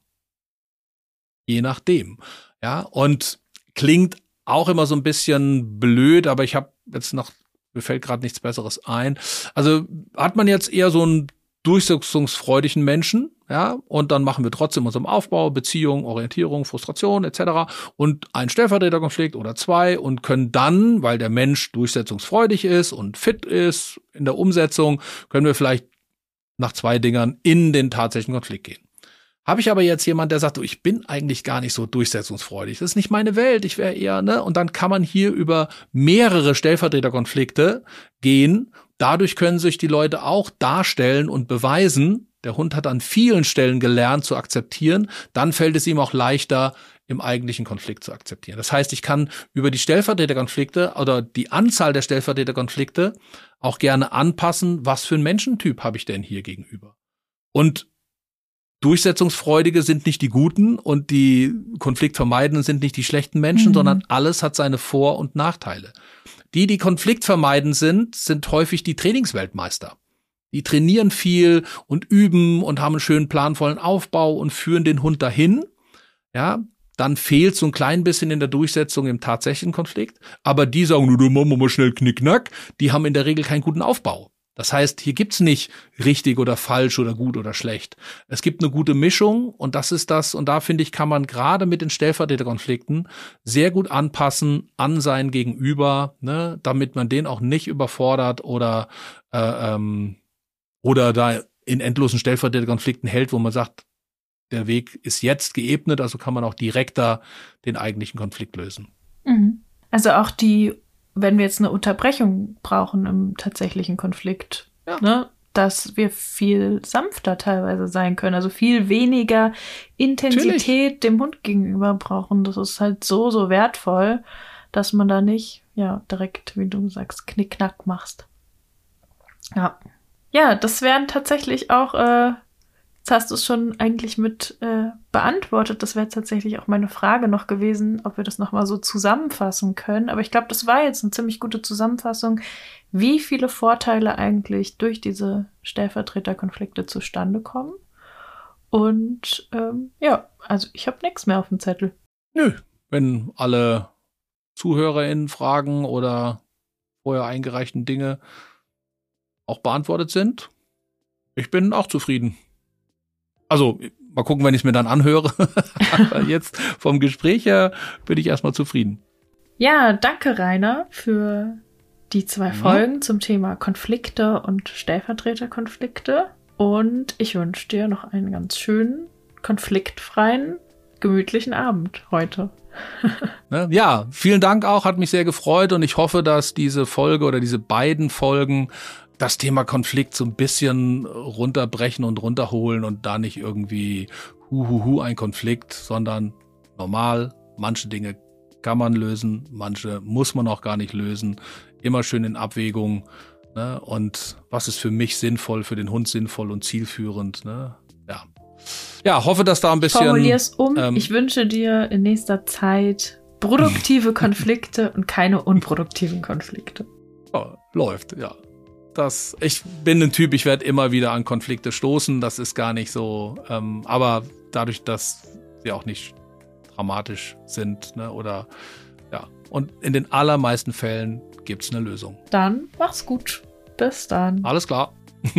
Speaker 1: Je nachdem. Ja, und klingt auch immer so ein bisschen blöd, aber ich habe jetzt mir fällt gerade nichts Besseres ein. Also hat man jetzt eher so einen durchsetzungsfreudigen Menschen, ja, und dann machen wir trotzdem unseren Aufbau, Beziehung, Orientierung, Frustration etc. und einen Stellvertreterkonflikt oder 2 und können dann, weil der Mensch durchsetzungsfreudig ist und fit ist in der Umsetzung, können wir vielleicht nach 2 Dingern in den tatsächlichen Konflikt gehen. Habe ich aber jetzt jemand, der sagt, ich bin eigentlich gar nicht so durchsetzungsfreudig, das ist nicht meine Welt, ich wäre eher, ne? Und dann kann man hier über mehrere Stellvertreterkonflikte gehen, dadurch können sich die Leute auch darstellen und beweisen. Der Hund hat an vielen Stellen gelernt zu akzeptieren. Dann fällt es ihm auch leichter, im eigentlichen Konflikt zu akzeptieren. Das heißt, ich kann über die Stellvertreterkonflikte oder die Anzahl der Stellvertreterkonflikte auch gerne anpassen, was für ein Menschentyp habe ich denn hier gegenüber. Und Durchsetzungsfreudige sind nicht die Guten und die Konfliktvermeidenden sind nicht die schlechten Menschen, sondern alles hat seine Vor- und Nachteile. Die konfliktvermeidend sind häufig die Trainingsweltmeister. Die trainieren viel und üben und haben einen schönen planvollen Aufbau und führen den Hund dahin. Ja, dann fehlt so ein klein bisschen in der Durchsetzung im tatsächlichen Konflikt. Aber die sagen, du machen wir mal schnell Knickknack. Die haben in der Regel keinen guten Aufbau. Das heißt, hier gibt's nicht richtig oder falsch oder gut oder schlecht. Es gibt eine gute Mischung und das ist das. Und da finde ich, kann man gerade mit den Stellvertreterkonflikten sehr gut anpassen an sein Gegenüber, ne, damit man den auch nicht überfordert oder da in endlosen Stellvertreterkonflikten hält, wo man sagt, der Weg ist jetzt geebnet, also kann man auch direkter den eigentlichen Konflikt lösen.
Speaker 2: Also auch wenn wir jetzt eine Unterbrechung brauchen im tatsächlichen Konflikt, ne, dass wir viel sanfter teilweise sein können, also viel weniger Intensität dem Hund gegenüber brauchen. Das ist halt so wertvoll, dass man da nicht direkt, wie du sagst, Knickknack machst. Ja, das wären tatsächlich auch jetzt hast du es schon eigentlich mit beantwortet. Das wäre tatsächlich auch meine Frage noch gewesen, ob wir das nochmal so zusammenfassen können. Aber ich glaube, das war jetzt eine ziemlich gute Zusammenfassung, wie viele Vorteile eigentlich durch diese Stellvertreterkonflikte zustande kommen. Und also ich habe nichts mehr auf dem Zettel.
Speaker 1: Nö, wenn alle ZuhörerInnen Fragen oder vorher eingereichten Dinge auch beantwortet sind, ich bin auch zufrieden. Also, mal gucken, wenn ich es mir dann anhöre. Aber jetzt vom Gespräch her bin ich erstmal zufrieden.
Speaker 2: Ja, danke, Rainer, für die 2 Folgen zum Thema Konflikte und Stellvertreterkonflikte. Und ich wünsche dir noch einen ganz schönen, konfliktfreien, gemütlichen Abend heute.
Speaker 1: Ja, vielen Dank auch, hat mich sehr gefreut und ich hoffe, dass diese Folge oder diese beiden Folgen das Thema Konflikt so ein bisschen runterbrechen und runterholen und da nicht irgendwie ein Konflikt, sondern normal, manche Dinge kann man lösen, manche muss man auch gar nicht lösen, immer schön in Abwägung, ne? Und was ist für mich sinnvoll, für den Hund sinnvoll und zielführend, ne? Ja, hoffe, dass da ein bisschen...
Speaker 2: Formulier's ich wünsche dir in nächster Zeit produktive Konflikte und keine unproduktiven Konflikte.
Speaker 1: Oh, läuft, ja. Ich bin ein Typ, ich werde immer wieder an Konflikte stoßen, das ist gar nicht so, aber dadurch, dass sie auch nicht dramatisch sind, ne, oder und in den allermeisten Fällen gibt's eine Lösung.
Speaker 2: Dann mach's gut. Bis dann.
Speaker 1: Alles klar.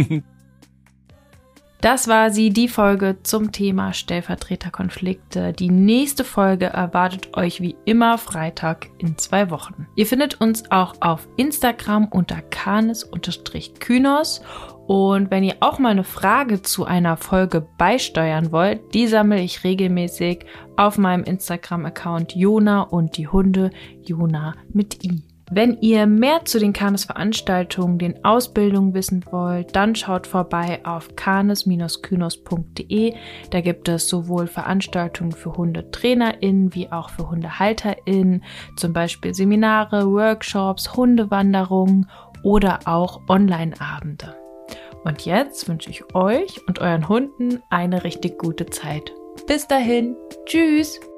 Speaker 2: Das war die Folge zum Thema Stellvertreterkonflikte. Die nächste Folge erwartet euch wie immer Freitag in 2 Wochen. Ihr findet uns auch auf Instagram unter canis_kynos. Und wenn ihr auch mal eine Frage zu einer Folge beisteuern wollt, die sammle ich regelmäßig auf meinem Instagram-Account Jona und die Hunde, Jona mit I. Wenn ihr mehr zu den Canis-Veranstaltungen, den Ausbildungen wissen wollt, dann schaut vorbei auf canis-kynos.de. Da gibt es sowohl Veranstaltungen für HundetrainerInnen wie auch für HundehalterInnen, zum Beispiel Seminare, Workshops, Hundewanderungen oder auch Online-Abende. Und jetzt wünsche ich euch und euren Hunden eine richtig gute Zeit. Bis dahin, tschüss!